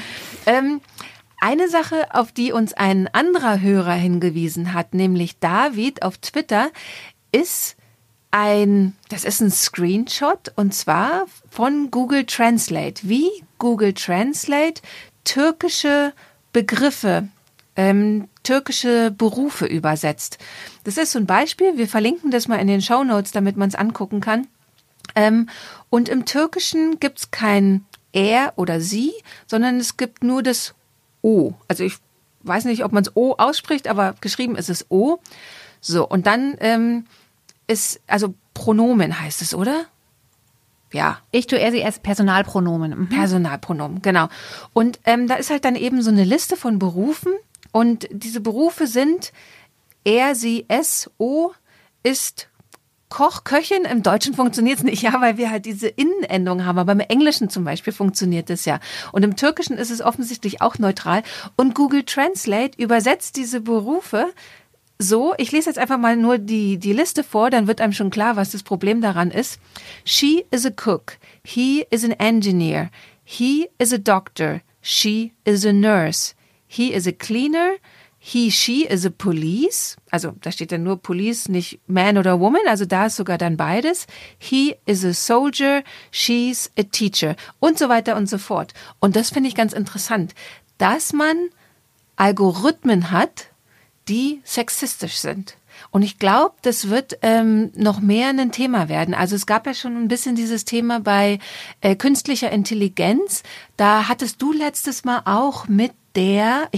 Eine Sache, auf die uns ein anderer Hörer hingewiesen hat, nämlich David auf Twitter, ist das ist ein Screenshot und zwar von Google Translate. Wie Google Translate türkische Begriffe, türkische Berufe übersetzt. Das ist so ein Beispiel. Wir verlinken das mal in den Shownotes, damit man es angucken kann. Und im Türkischen gibt es kein er oder sie, sondern es gibt nur das o. Also ich weiß nicht, ob man es o ausspricht, aber geschrieben ist es o. So, und dann also Pronomen heißt es, oder? Ja. Ich tue er, sie, es, Personalpronomen. Mhm. Personalpronomen, genau. Und da ist halt dann eben so eine Liste von Berufen und diese Berufe sind er, sie, es, o, ist Koch, Köchin. Im Deutschen funktioniert es nicht, ja, weil wir halt diese Innenendung haben, aber im Englischen zum Beispiel funktioniert es ja. Und im Türkischen ist es offensichtlich auch neutral und Google Translate übersetzt diese Berufe so, ich lese jetzt einfach mal nur die Liste vor, dann wird einem schon klar, was das Problem daran ist. She is a cook. He is an engineer. He is a doctor. She is a nurse. He is a cleaner. He, she is a police. Also da steht dann nur Police, nicht man oder woman. Also da ist sogar dann beides. He is a soldier. She's a teacher. Und so weiter und so fort. Und das finde ich ganz interessant, dass man Algorithmen hat, die sexistisch sind. Und ich glaube, das wird noch mehr ein Thema werden. Also es gab ja schon ein bisschen dieses Thema bei künstlicher Intelligenz. Da hattest du letztes Mal auch mit der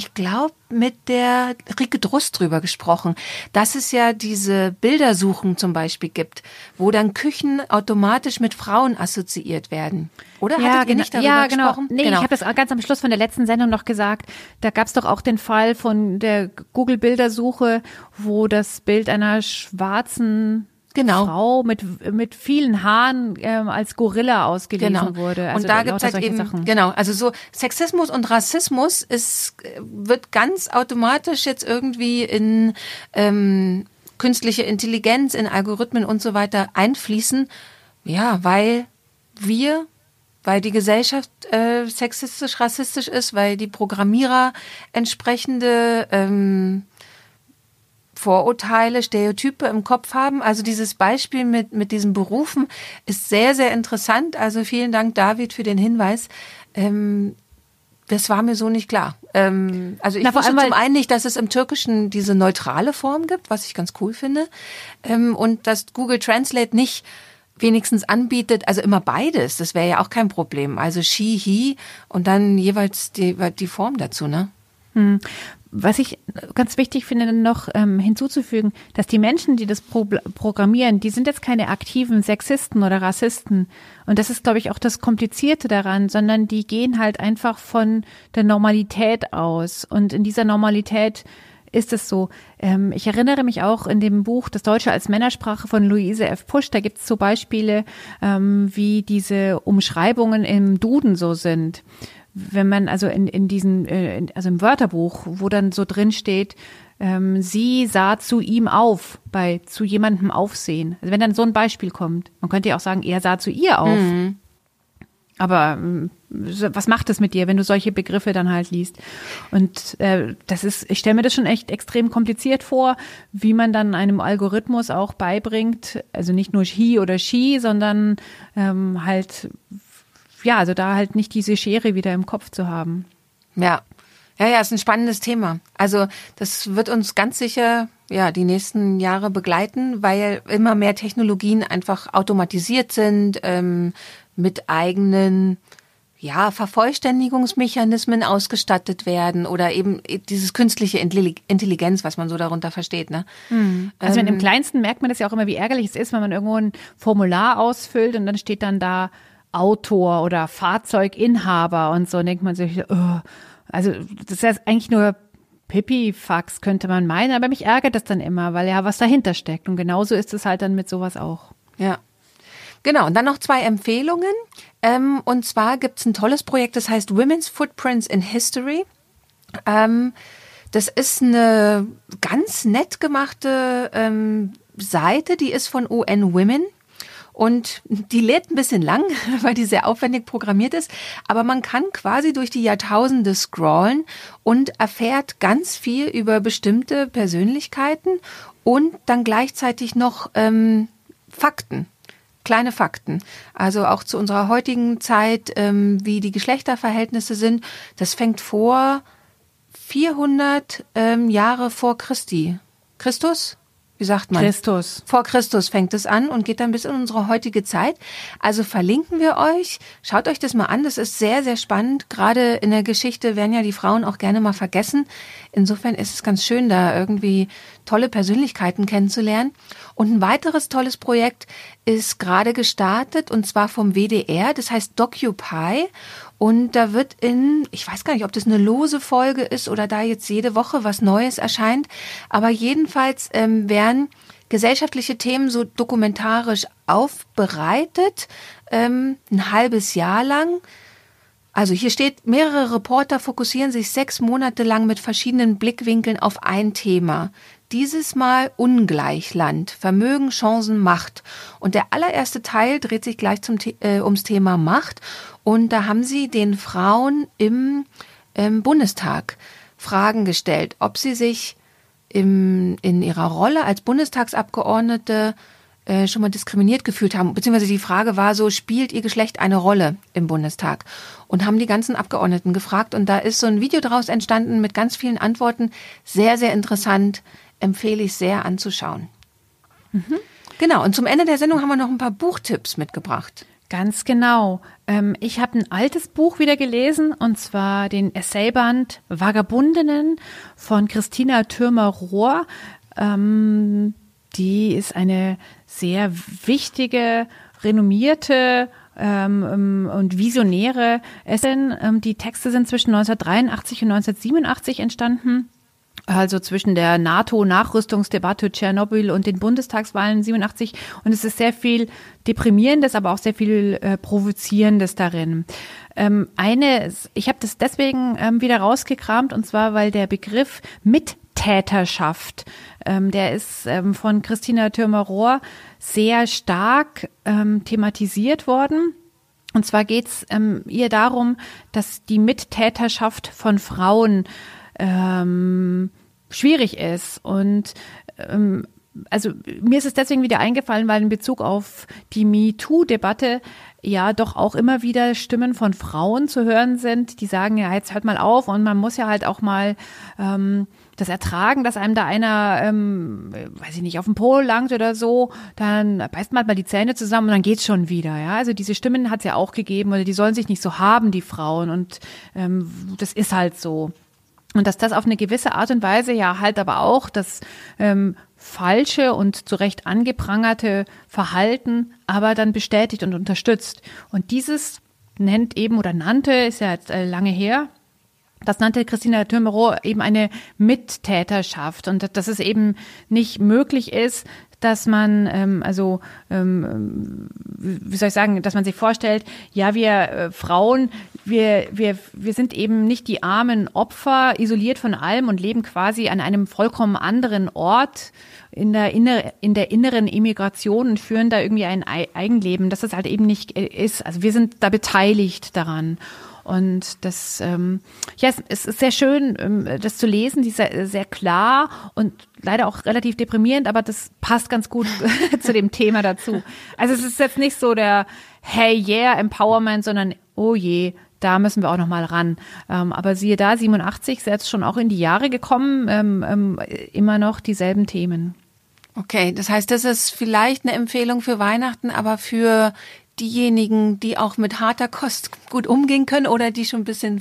Rike Drust drüber gesprochen, dass es ja diese Bildersuchen zum Beispiel gibt, wo dann Küchen automatisch mit Frauen assoziiert werden. Oder? Ja, Hattet ihr nicht darüber gesprochen? Nee, genau. Ich habe das ganz am Schluss von der letzten Sendung noch gesagt. Da gab es doch auch den Fall von der Google-Bildersuche, wo das Bild einer schwarzen Frau mit vielen Haaren als Gorilla ausgelesen wurde. Also und da gibt es halt eben, Sachen. Genau, also so Sexismus und Rassismus wird ganz automatisch jetzt irgendwie in künstliche Intelligenz, in Algorithmen und so weiter einfließen. Ja, weil die Gesellschaft sexistisch, rassistisch ist, weil die Programmierer entsprechende Vorurteile, Stereotype im Kopf haben. Also dieses Beispiel mit diesen Berufen ist sehr, sehr interessant. Also vielen Dank, David, für den Hinweis. Das war mir so nicht klar. Also ich wusste zum einen nicht, dass es im Türkischen diese neutrale Form gibt, was ich ganz cool finde. Und dass Google Translate nicht wenigstens anbietet, also immer beides. Das wäre ja auch kein Problem. Also she, he und dann jeweils die Form dazu, ne? Was ich ganz wichtig finde, noch hinzuzufügen, dass die Menschen, die das programmieren, die sind jetzt keine aktiven Sexisten oder Rassisten. Und das ist, glaube ich, auch das Komplizierte daran, sondern die gehen halt einfach von der Normalität aus. Und in dieser Normalität ist es so. Ich erinnere mich auch in dem Buch Das Deutsche als Männersprache von Luise F. Pusch, da gibt es so Beispiele, wie diese Umschreibungen im Duden so sind. Wenn man also in diesen, also im Wörterbuch, wo dann so drin steht, sie sah zu ihm auf, zu jemandem aufsehen. Also wenn dann so ein Beispiel kommt, man könnte ja auch sagen, er sah zu ihr auf. Mhm. Aber was macht es mit dir, wenn du solche Begriffe dann halt liest? Und ich stelle mir das schon echt extrem kompliziert vor, wie man dann einem Algorithmus auch beibringt, also nicht nur he oder she, sondern halt also da halt nicht diese Schere wieder im Kopf zu haben. Ja, ist ein spannendes Thema. Also das wird uns ganz sicher die nächsten Jahre begleiten, weil immer mehr Technologien einfach automatisiert sind, mit eigenen Vervollständigungsmechanismen ausgestattet werden oder eben dieses künstliche Intelligenz, was man so darunter versteht. Ne? Also im Kleinsten merkt man das ja auch immer, wie ärgerlich es ist, wenn man irgendwo ein Formular ausfüllt und dann steht dann da Autor oder Fahrzeuginhaber und so, denkt man sich, also das ist ja eigentlich nur Pipifax, könnte man meinen, aber mich ärgert das dann immer, weil ja was dahinter steckt und genauso ist es halt dann mit sowas auch. Ja, genau. Und dann noch 2 Empfehlungen und zwar gibt es ein tolles Projekt, das heißt Women's Footprints in History. Das ist eine ganz nett gemachte Seite, die ist von UN Women. Und die lädt ein bisschen lang, weil die sehr aufwendig programmiert ist. Aber man kann quasi durch die Jahrtausende scrollen und erfährt ganz viel über bestimmte Persönlichkeiten und dann gleichzeitig noch Fakten, kleine Fakten. Also auch zu unserer heutigen Zeit, wie die Geschlechterverhältnisse sind. Das fängt vor 400 Jahre vor Christus? Wie sagt man? Christus. Vor Christus fängt es an und geht dann bis in unsere heutige Zeit. Also verlinken wir euch. Schaut euch das mal an. Das ist sehr, sehr spannend. Gerade in der Geschichte werden ja die Frauen auch gerne mal vergessen. Insofern ist es ganz schön, da irgendwie tolle Persönlichkeiten kennenzulernen. Und ein weiteres tolles Projekt ist gerade gestartet und zwar vom WDR. Das heißt Docupy. Und da wird ich weiß gar nicht, ob das eine lose Folge ist oder da jetzt jede Woche was Neues erscheint, aber jedenfalls werden gesellschaftliche Themen so dokumentarisch aufbereitet, ein halbes Jahr lang. Also hier steht, mehrere Reporter fokussieren sich 6 Monate lang mit verschiedenen Blickwinkeln auf ein Thema. Dieses Mal Ungleichland, Vermögen, Chancen, Macht. Und der allererste Teil dreht sich gleich ums Thema Macht. Und da haben sie den Frauen im Bundestag Fragen gestellt, ob sie sich in ihrer Rolle als Bundestagsabgeordnete schon mal diskriminiert gefühlt haben. Beziehungsweise die Frage war so, spielt ihr Geschlecht eine Rolle im Bundestag? Und haben die ganzen Abgeordneten gefragt. Und da ist so ein Video draus entstanden mit ganz vielen Antworten. Sehr, sehr interessant. Empfehle ich sehr anzuschauen. Mhm. Genau, und zum Ende der Sendung haben wir noch ein paar Buchtipps mitgebracht. Ganz genau. Ich habe ein altes Buch wieder gelesen, und zwar den Essayband Vagabundinnen von Christina Thürmer-Rohr. Die ist eine sehr wichtige, renommierte und visionäre Esserin. Die Texte sind zwischen 1983 und 1987 entstanden. Also zwischen der NATO-Nachrüstungsdebatte Tschernobyl und den Bundestagswahlen 87. Und es ist sehr viel Deprimierendes, aber auch sehr viel Provozierendes darin. Ich habe das deswegen wieder rausgekramt, und zwar, weil der Begriff Mittäterschaft, der ist von Christina Thürmer-Rohr sehr stark thematisiert worden. Und zwar geht es ihr darum, dass die Mittäterschaft von Frauen schwierig ist und also mir ist es deswegen wieder eingefallen, weil in Bezug auf die MeToo-Debatte ja doch auch immer wieder Stimmen von Frauen zu hören sind, die sagen, ja, jetzt hört mal auf und man muss ja halt auch mal das ertragen, dass einem da einer, weiß ich nicht, auf den Po langt oder so, dann beißt man halt mal die Zähne zusammen und dann geht's schon wieder, ja. Also diese Stimmen hat's ja auch gegeben, oder die sollen sich nicht so haben, die Frauen, und das ist halt so. Und dass das auf eine gewisse Art und Weise ja halt aber auch das falsche und zu Recht angeprangerte Verhalten aber dann bestätigt und unterstützt. Und dieses nannte, ist ja jetzt lange her, das nannte Christina Thürmerow eben eine Mittäterschaft, und dass es eben nicht möglich ist, dass man, wie soll ich sagen, dass man sich vorstellt, ja, wir Frauen, wir sind eben nicht die armen Opfer, isoliert von allem und leben quasi an einem vollkommen anderen Ort in der inneren Emigration und führen da irgendwie ein Eigenleben, dass das halt eben nicht ist. Also wir sind da beteiligt daran. Und das, es ist sehr schön, das zu lesen, die ist sehr, sehr klar und leider auch relativ deprimierend, aber das passt ganz gut zu dem Thema dazu. Also es ist jetzt nicht so der Hey yeah Empowerment, sondern oh je, da müssen wir auch noch mal ran. Aber siehe da, 87 ist jetzt schon auch in die Jahre gekommen, immer noch dieselben Themen. Okay, das heißt, das ist vielleicht eine Empfehlung für Weihnachten, aber für diejenigen, die auch mit harter Kost gut umgehen können oder die schon ein bisschen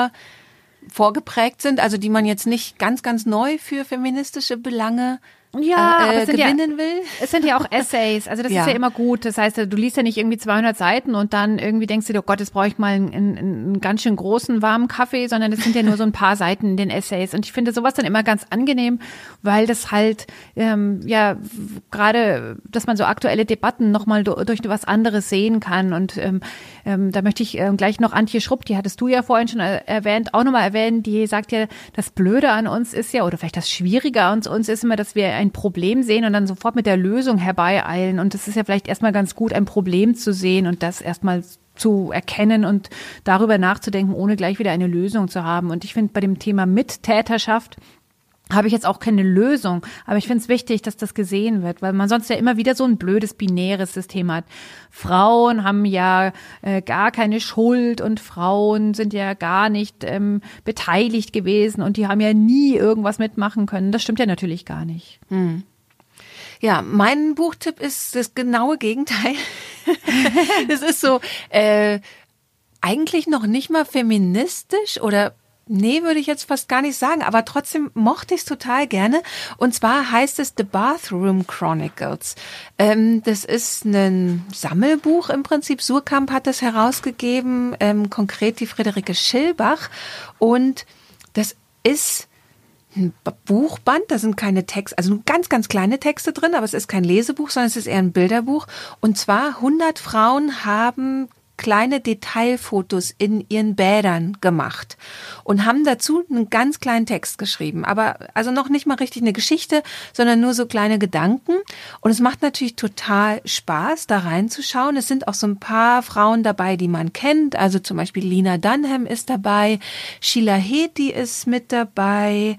vorgeprägt sind, also die man jetzt nicht ganz, ganz neu für feministische Belange gewinnen will. Es sind ja auch Essays, also das ist ja immer gut. Das heißt, du liest ja nicht irgendwie 200 Seiten und dann irgendwie denkst du dir, oh Gott, jetzt brauche ich mal einen ganz schön großen, warmen Kaffee, sondern das sind ja nur so ein paar Seiten in den Essays. Und ich finde sowas dann immer ganz angenehm, weil das halt, gerade, dass man so aktuelle Debatten nochmal durch was anderes sehen kann. Und da möchte ich gleich noch Antje Schrupp, die hattest du ja vorhin schon erwähnt, auch nochmal erwähnen, die sagt ja, das Blöde an uns ist ja, oder vielleicht das Schwierige an uns ist immer, dass wir ein Problem sehen und dann sofort mit der Lösung herbeieilen. Und es ist ja vielleicht erstmal ganz gut, ein Problem zu sehen und das erstmal zu erkennen und darüber nachzudenken, ohne gleich wieder eine Lösung zu haben. Und ich finde, bei dem Thema Mittäterschaft habe ich jetzt auch keine Lösung, aber ich finde es wichtig, dass das gesehen wird, weil man sonst ja immer wieder so ein blödes, binäres System hat. Frauen haben ja gar keine Schuld und Frauen sind ja gar nicht beteiligt gewesen und die haben ja nie irgendwas mitmachen können. Das stimmt ja natürlich gar nicht. Hm. Ja, mein Buchtipp ist das genaue Gegenteil. Das ist so eigentlich noch nicht mal feministisch oder nee, würde ich jetzt fast gar nicht sagen, aber trotzdem mochte ich es total gerne. Und zwar heißt es The Bathroom Chronicles. Das ist ein Sammelbuch im Prinzip. Suhrkamp hat das herausgegeben, konkret die Friederike Schillbach. Und das ist ein Buchband, da sind keine Texte, also ganz, ganz kleine Texte drin, aber es ist kein Lesebuch, sondern es ist eher ein Bilderbuch. Und zwar 100 Frauen haben kleine Detailfotos in ihren Bädern gemacht und haben dazu einen ganz kleinen Text geschrieben. Aber also noch nicht mal richtig eine Geschichte, sondern nur so kleine Gedanken. Und es macht natürlich total Spaß, da reinzuschauen. Es sind auch so ein paar Frauen dabei, die man kennt. Also zum Beispiel Lena Dunham ist dabei, Sheila Heti ist mit dabei,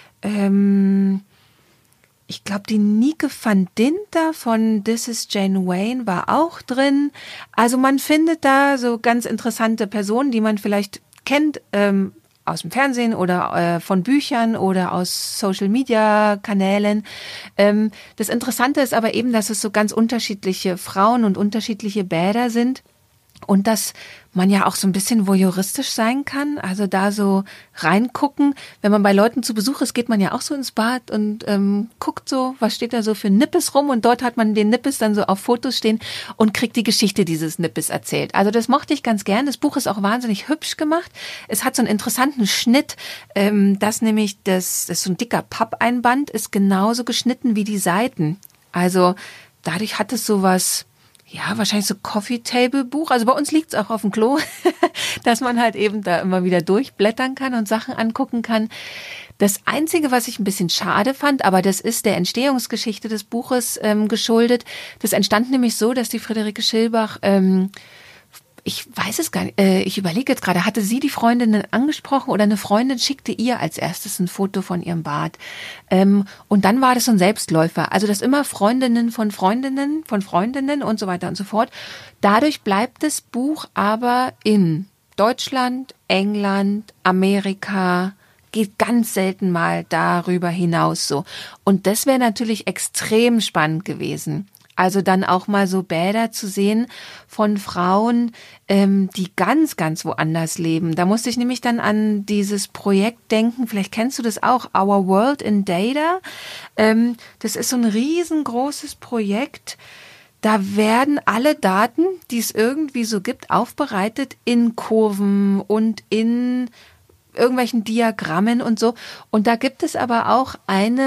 ich glaube, die Nike van Dinter von This is Jane Wayne war auch drin. Also man findet da so ganz interessante Personen, die man vielleicht kennt aus dem Fernsehen oder von Büchern oder aus Social-Media-Kanälen. Das Interessante ist aber eben, dass es so ganz unterschiedliche Frauen und unterschiedliche Bäder sind. Und dass man ja auch so ein bisschen voyeuristisch sein kann, also da so reingucken. Wenn man bei Leuten zu Besuch ist, geht man ja auch so ins Bad und guckt so, was steht da so für Nippes rum, und dort hat man den Nippes dann so auf Fotos stehen und kriegt die Geschichte dieses Nippes erzählt. Also das mochte ich ganz gern. Das Buch ist auch wahnsinnig hübsch gemacht. Es hat so einen interessanten Schnitt, das nämlich, das ist so ein dicker Pappeinband, ist genauso geschnitten wie die Seiten. Also dadurch hat es sowas, ja, wahrscheinlich so Coffee-Table-Buch. Also bei uns liegt es auch auf dem Klo, dass man halt eben da immer wieder durchblättern kann und Sachen angucken kann. Das Einzige, was ich ein bisschen schade fand, aber das ist der Entstehungsgeschichte des Buches geschuldet. Das entstand nämlich so, dass die Friederike Schillbach ich weiß es gar nicht, ich überlege jetzt gerade, hatte sie die Freundinnen angesprochen oder eine Freundin schickte ihr als erstes ein Foto von ihrem Bad? Und dann war das so ein Selbstläufer. Also das immer Freundinnen von Freundinnen und so weiter und so fort. Dadurch bleibt das Buch aber in Deutschland, England, Amerika, geht ganz selten mal darüber hinaus so. Und das wäre natürlich extrem spannend gewesen. Also dann auch mal so Bäder zu sehen von Frauen, die ganz, ganz woanders leben. Da musste ich nämlich dann an dieses Projekt denken, vielleicht kennst du das auch, Our World in Data. Das ist so ein riesengroßes Projekt. Da werden alle Daten, die es irgendwie so gibt, aufbereitet in Kurven und in irgendwelchen Diagrammen und so. Und da gibt es aber auch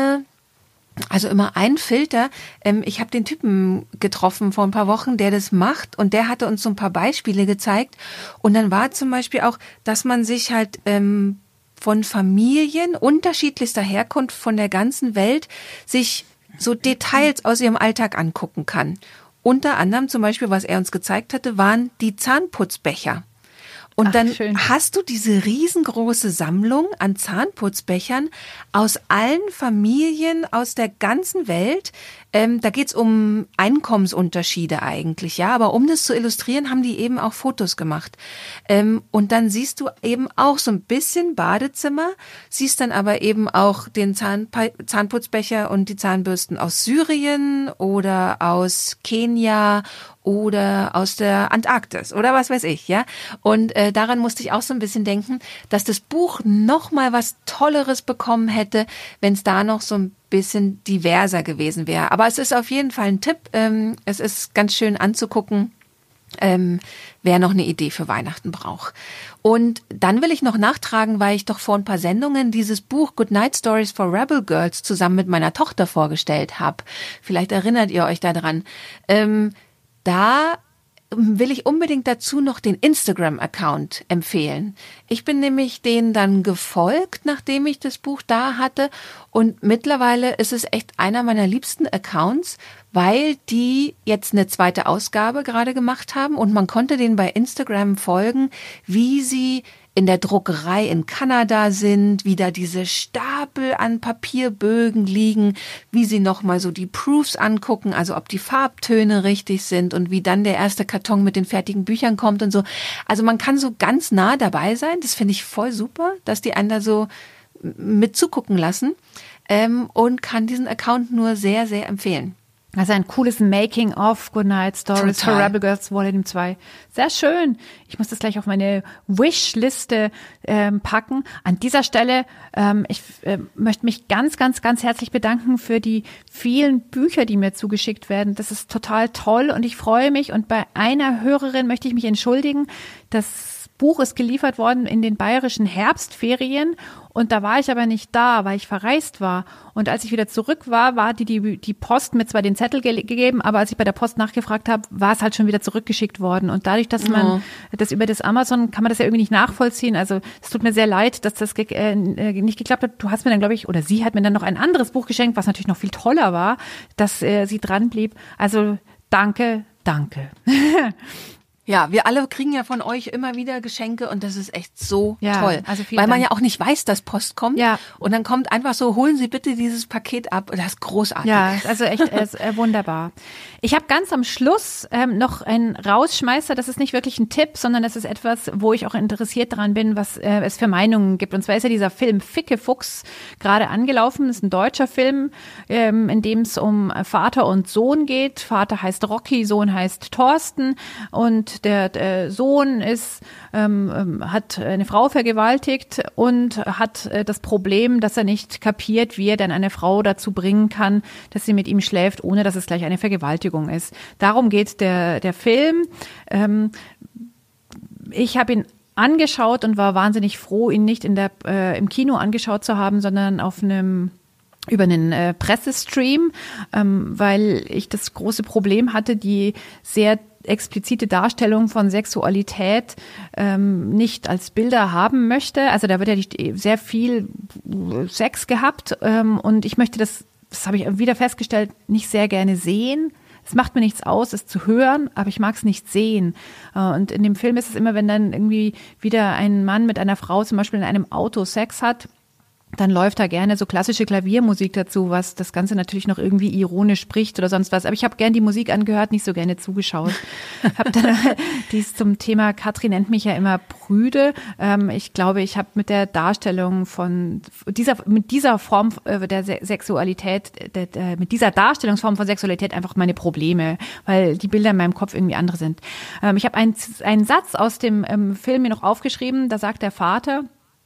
immer ein Filter. Ich habe den Typen getroffen vor ein paar Wochen, der das macht und der hatte uns so ein paar Beispiele gezeigt. Und dann war zum Beispiel auch, dass man sich halt von Familien unterschiedlichster Herkunft von der ganzen Welt sich so Details aus ihrem Alltag angucken kann. Unter anderem zum Beispiel, was er uns gezeigt hatte, waren die Zahnputzbecher. Und dann hast du diese riesengroße Sammlung an Zahnputzbechern aus allen Familien aus der ganzen Welt. Da geht's um Einkommensunterschiede eigentlich, ja. Aber um das zu illustrieren, haben die eben auch Fotos gemacht. Und dann siehst du eben auch so ein bisschen Badezimmer, siehst dann aber eben auch den Zahnputzbecher und die Zahnbürsten aus Syrien oder aus Kenia oder aus der Antarktis oder was weiß ich, ja. Und daran musste ich auch so ein bisschen denken, dass das Buch noch mal was Tolleres bekommen hätte, wenn es da noch so ein bisschen diverser gewesen wäre. Aber es ist auf jeden Fall ein Tipp. Es ist ganz schön anzugucken, wer noch eine Idee für Weihnachten braucht. Und dann will ich noch nachtragen, weil ich doch vor ein paar Sendungen dieses Buch Good Night Stories for Rebel Girls zusammen mit meiner Tochter vorgestellt habe. Vielleicht erinnert ihr euch daran. Da will ich unbedingt dazu noch den Instagram-Account empfehlen. Ich bin nämlich denen dann gefolgt, nachdem ich das Buch da hatte. Und mittlerweile ist es echt einer meiner liebsten Accounts, weil die jetzt eine zweite Ausgabe gerade gemacht haben. Und man konnte denen bei Instagram folgen, wie sie in der Druckerei in Kanada sind, wie da diese Stapel an Papierbögen liegen, wie sie nochmal so die Proofs angucken, also ob die Farbtöne richtig sind und wie dann der erste Karton mit den fertigen Büchern kommt und so. Also man kann so ganz nah dabei sein. Das finde ich voll super, dass die einen da so mit zugucken lassen und kann diesen Account nur sehr, sehr empfehlen. Also ein cooles Making-of Good Night Stories for Rebel Girls Volume 2. Sehr schön. Ich muss das gleich auf meine Wish-Liste packen. An dieser Stelle, ich möchte mich ganz, ganz, ganz herzlich bedanken für die vielen Bücher, die mir zugeschickt werden. Das ist total toll und ich freue mich. Und bei einer Hörerin möchte ich mich entschuldigen. Das Buch ist geliefert worden in den bayerischen Herbstferien und da war ich aber nicht da, weil ich verreist war. Und als ich wieder zurück war, war die Post mir zwar den Zettel gegeben, aber als ich bei der Post nachgefragt habe, war es halt schon wieder zurückgeschickt worden. Und dadurch, dass man das über das Amazon, kann man das ja irgendwie nicht nachvollziehen. Also es tut mir sehr leid, dass das nicht geklappt hat. Du hast mir dann, glaube ich, oder sie hat mir dann noch ein anderes Buch geschenkt, was natürlich noch viel toller war, dass sie dran blieb. Also danke. Ja, wir alle kriegen ja von euch immer wieder Geschenke und das ist echt so toll. Also weil man ja auch nicht weiß, dass Post kommt. Ja. Und dann kommt einfach so, holen Sie bitte dieses Paket ab. Das ist großartig. Ja, also echt wunderbar. Ich habe ganz am Schluss noch einen Rausschmeißer. Das ist nicht wirklich ein Tipp, sondern das ist etwas, wo ich auch interessiert dran bin, was es für Meinungen gibt. Und zwar ist ja dieser Film Fickefuchs gerade angelaufen. Das ist ein deutscher Film, in dem es um Vater und Sohn geht. Vater heißt Rocky, Sohn heißt Thorsten und der Sohn hat eine Frau vergewaltigt und hat das Problem, dass er nicht kapiert, wie er denn eine Frau dazu bringen kann, dass sie mit ihm schläft, ohne dass es gleich eine Vergewaltigung ist. Darum geht der Film. Ich habe ihn angeschaut und war wahnsinnig froh, ihn nicht im Kino angeschaut zu haben, sondern über einen Pressestream, weil ich das große Problem hatte, die sehr explizite Darstellung von Sexualität nicht als Bilder haben möchte. Also da wird ja sehr viel Sex gehabt und ich möchte das habe ich wieder festgestellt, nicht sehr gerne sehen. Es macht mir nichts aus, es zu hören, aber ich mag es nicht sehen. Und in dem Film ist es immer, wenn dann irgendwie wieder ein Mann mit einer Frau zum Beispiel in einem Auto Sex hat, dann läuft da gerne so klassische Klaviermusik dazu, was das Ganze natürlich noch irgendwie ironisch spricht oder sonst was. Aber ich habe gern die Musik angehört, nicht so gerne zugeschaut. Hab dann dies zum Thema, Katrin nennt mich ja immer prüde. Ich glaube, ich habe mit der Darstellung mit dieser Form der Sexualität, mit dieser Darstellungsform von Sexualität einfach meine Probleme, weil die Bilder in meinem Kopf irgendwie andere sind. Ich habe einen Satz aus dem Film mir noch aufgeschrieben, da sagt der Vater,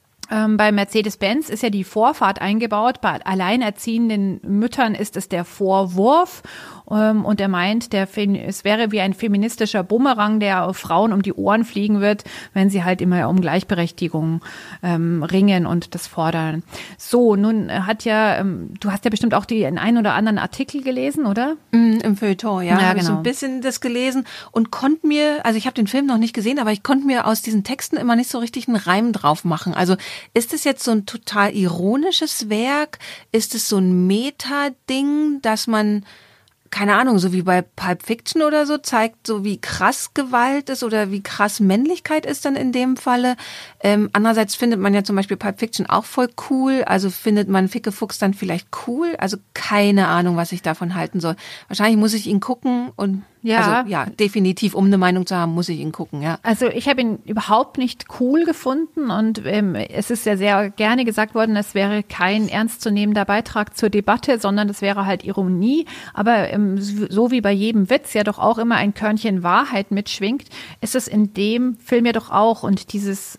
bei Mercedes-Benz ist ja die Vorfahrt eingebaut, bei alleinerziehenden Müttern ist es der Vorwurf. Und er meint, es wäre wie ein feministischer Bumerang, der auf Frauen um die Ohren fliegen wird, wenn sie halt immer um Gleichberechtigung ringen und das fordern. So, nun du hast ja bestimmt auch den einen oder anderen Artikel gelesen, oder? Im Feuilleton, ja. Habe ich so genau. ein bisschen das gelesen und konnte mir, also ich habe den Film noch nicht gesehen, aber ich konnte mir aus diesen Texten immer nicht so richtig einen Reim drauf machen. Also ist es jetzt so ein total ironisches Werk? Ist es so ein Meta-Ding, dass man, keine Ahnung, so wie bei Pulp Fiction oder so, zeigt so, wie krass Gewalt ist oder wie krass Männlichkeit ist dann in dem Falle. Andererseits findet man ja zum Beispiel Pulp Fiction auch voll cool, also findet man Fickefuchs dann vielleicht cool, also keine Ahnung, was ich davon halten soll. Wahrscheinlich muss ich ihn gucken und also ja, definitiv, um eine Meinung zu haben, muss ich ihn gucken, ja. Also ich habe ihn überhaupt nicht cool gefunden und es ist ja sehr gerne gesagt worden, es wäre kein ernstzunehmender Beitrag zur Debatte, sondern es wäre halt Ironie. Aber so wie bei jedem Witz ja doch auch immer ein Körnchen Wahrheit mitschwingt, ist es in dem Film ja doch auch. Und dieses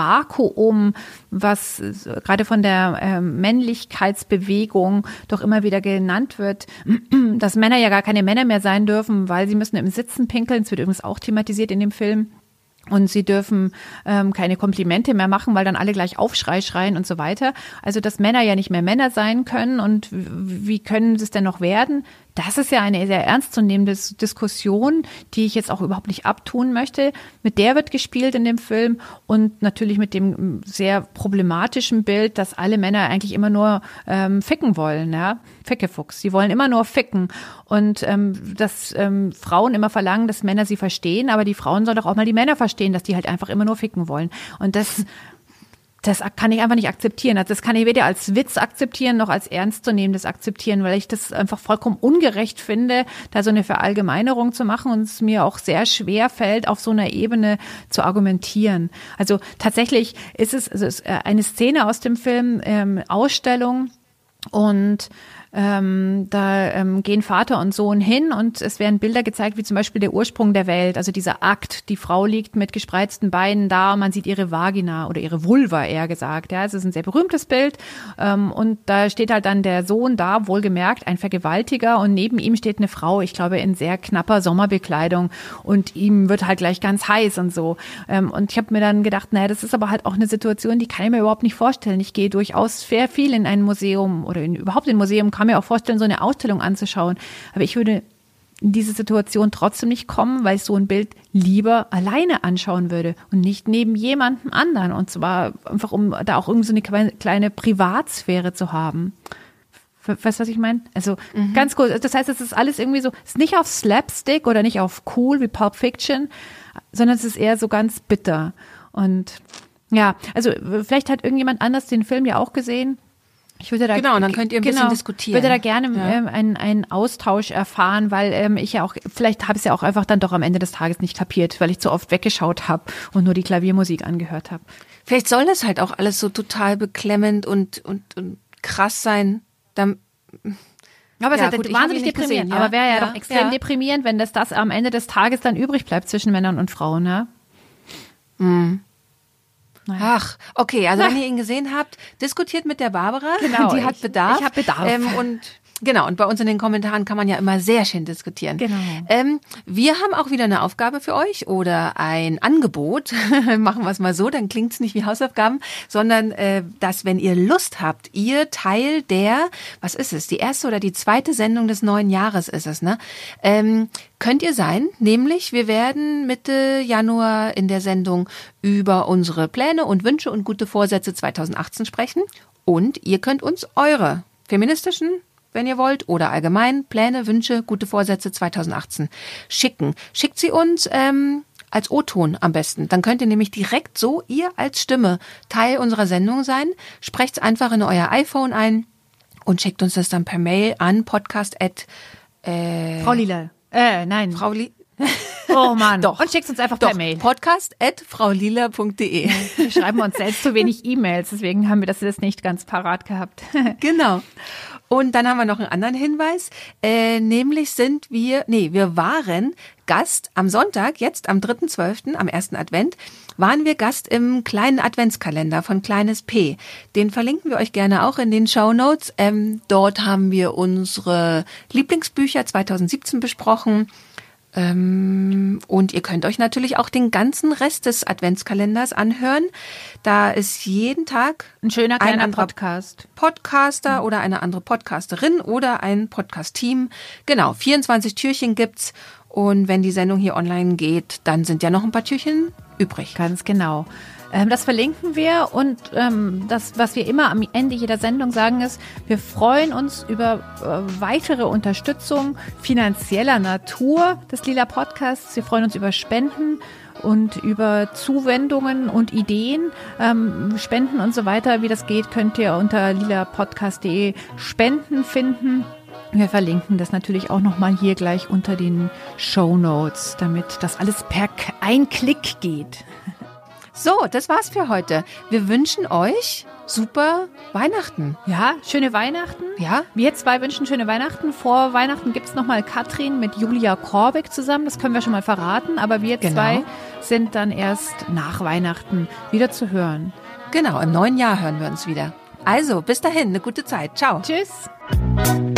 Vakuum, was gerade von der Männlichkeitsbewegung doch immer wieder genannt wird, dass Männer ja gar keine Männer mehr sein dürfen, weil sie müssen im Sitzen pinkeln. Das wird übrigens auch thematisiert in dem Film. Und sie dürfen keine Komplimente mehr machen, weil dann alle gleich Aufschrei schreien und so weiter. Also, dass Männer ja nicht mehr Männer sein können und wie können sie es denn noch werden? Das ist ja eine sehr ernstzunehmende Diskussion, die ich jetzt auch überhaupt nicht abtun möchte. Mit der wird gespielt in dem Film und natürlich mit dem sehr problematischen Bild, dass alle Männer eigentlich immer nur ficken wollen, ja. Fickefuchs. Sie wollen immer nur ficken und dass Frauen immer verlangen, dass Männer sie verstehen, aber die Frauen sollen doch auch mal die Männer verstehen, dass die halt einfach immer nur ficken wollen. Und das kann ich einfach nicht akzeptieren. Also das kann ich weder als Witz akzeptieren, noch als ernstzunehmendes akzeptieren, weil ich das einfach vollkommen ungerecht finde, da so eine Verallgemeinerung zu machen und es mir auch sehr schwer fällt, auf so einer Ebene zu argumentieren. Also tatsächlich ist es eine Szene aus dem Film, Ausstellung, und da gehen Vater und Sohn hin und es werden Bilder gezeigt, wie zum Beispiel der Ursprung der Welt, also dieser Akt, die Frau liegt mit gespreizten Beinen da, man sieht ihre Vagina oder ihre Vulva eher gesagt, ja, es ist ein sehr berühmtes Bild und da steht halt dann der Sohn da, wohlgemerkt, ein Vergewaltiger und neben ihm steht eine Frau, ich glaube in sehr knapper Sommerbekleidung und ihm wird halt gleich ganz heiß und so und ich habe mir dann gedacht, naja, das ist aber halt auch eine Situation, die kann ich mir überhaupt nicht vorstellen. Ich gehe durchaus sehr viel in ein Museum oder überhaupt in ein Museum, kann mir auch vorstellen, so eine Ausstellung anzuschauen. Aber ich würde in diese Situation trotzdem nicht kommen, weil ich so ein Bild lieber alleine anschauen würde und nicht neben jemandem anderen. Und zwar einfach, um da auch irgendwie so eine kleine Privatsphäre zu haben. Weißt du, was ich meine? Also ganz cool. Das heißt, es ist alles irgendwie so, es ist nicht auf Slapstick oder nicht auf cool wie Pulp Fiction, sondern es ist eher so ganz bitter. Und ja, also vielleicht hat irgendjemand anders den Film ja auch gesehen. Ich würde da, genau, und dann könnt ihr ein bisschen diskutieren. Ich würde da gerne einen Austausch erfahren, weil ich ja auch, vielleicht habe ich es ja auch einfach dann doch am Ende des Tages nicht kapiert, weil ich zu oft weggeschaut habe und nur die Klaviermusik angehört habe. Vielleicht soll das halt auch alles so total beklemmend und krass sein. Aber es ist halt wahnsinnig deprimierend. Gesehen, ja? Aber wäre ja doch extrem deprimierend, wenn das am Ende des Tages dann übrig bleibt zwischen Männern und Frauen, ja? Naja. Ach, okay, also wenn ihr ihn gesehen habt, diskutiert mit der Barbara, genau, die hat Bedarf. Ich habe Bedarf. Und bei uns in den Kommentaren kann man ja immer sehr schön diskutieren. Genau. Wir haben auch wieder eine Aufgabe für euch oder ein Angebot. Machen wir es mal so, dann klingt's nicht wie Hausaufgaben, sondern dass, wenn ihr Lust habt, ihr Teil der, was ist es, die erste oder die zweite Sendung des neuen Jahres ist es, ne? Könnt ihr sein, nämlich wir werden Mitte Januar in der Sendung über unsere Pläne und Wünsche und gute Vorsätze 2018 sprechen und ihr könnt uns eure feministischen wenn ihr wollt, oder allgemein Pläne, Wünsche, gute Vorsätze 2018 schicken. Schickt sie uns als O-Ton am besten. Dann könnt ihr nämlich direkt so, ihr als Stimme, Teil unserer Sendung sein. Sprecht's einfach in euer iPhone ein und schickt uns das dann per Mail an podcast@ Frau Lila. Nein. Oh Mann. Doch. Und schickt uns einfach per Mail. podcast@fraulila.de. Wir schreiben uns selbst zu wenig E-Mails, deswegen haben wir das jetzt nicht ganz parat gehabt. Genau. Und dann haben wir noch einen anderen Hinweis, nämlich wir waren Gast am Sonntag, jetzt am 3.12., am 1. Advent, waren wir Gast im kleinen Adventskalender von Kleines P. Den verlinken wir euch gerne auch in den Shownotes. Dort haben wir unsere Lieblingsbücher 2017 besprochen. Und ihr könnt euch natürlich auch den ganzen Rest des Adventskalenders anhören. Da ist jeden Tag ein schöner kleiner Podcaster oder eine andere Podcasterin oder ein Podcast-Team. Genau, 24 Türchen gibt's. Und wenn die Sendung hier online geht, dann sind ja noch ein paar Türchen übrig. Ganz genau. Das verlinken wir und das, was wir immer am Ende jeder Sendung sagen, ist, wir freuen uns über weitere Unterstützung finanzieller Natur des Lila Podcasts. Wir freuen uns über Spenden und über Zuwendungen und Ideen. Spenden und so weiter, wie das geht, könnt ihr unter lilapodcast.de Spenden finden. Wir verlinken das natürlich auch nochmal hier gleich unter den Shownotes, damit das alles per ein Klick geht. So, das war's für heute. Wir wünschen euch super Weihnachten. Ja, schöne Weihnachten. Ja. Wir zwei wünschen schöne Weihnachten. Vor Weihnachten gibt's nochmal Katrin mit Julia Korbeck zusammen. Das können wir schon mal verraten. Aber wir zwei sind dann erst nach Weihnachten wieder zu hören. Genau, im neuen Jahr hören wir uns wieder. Also, bis dahin, eine gute Zeit. Ciao. Tschüss.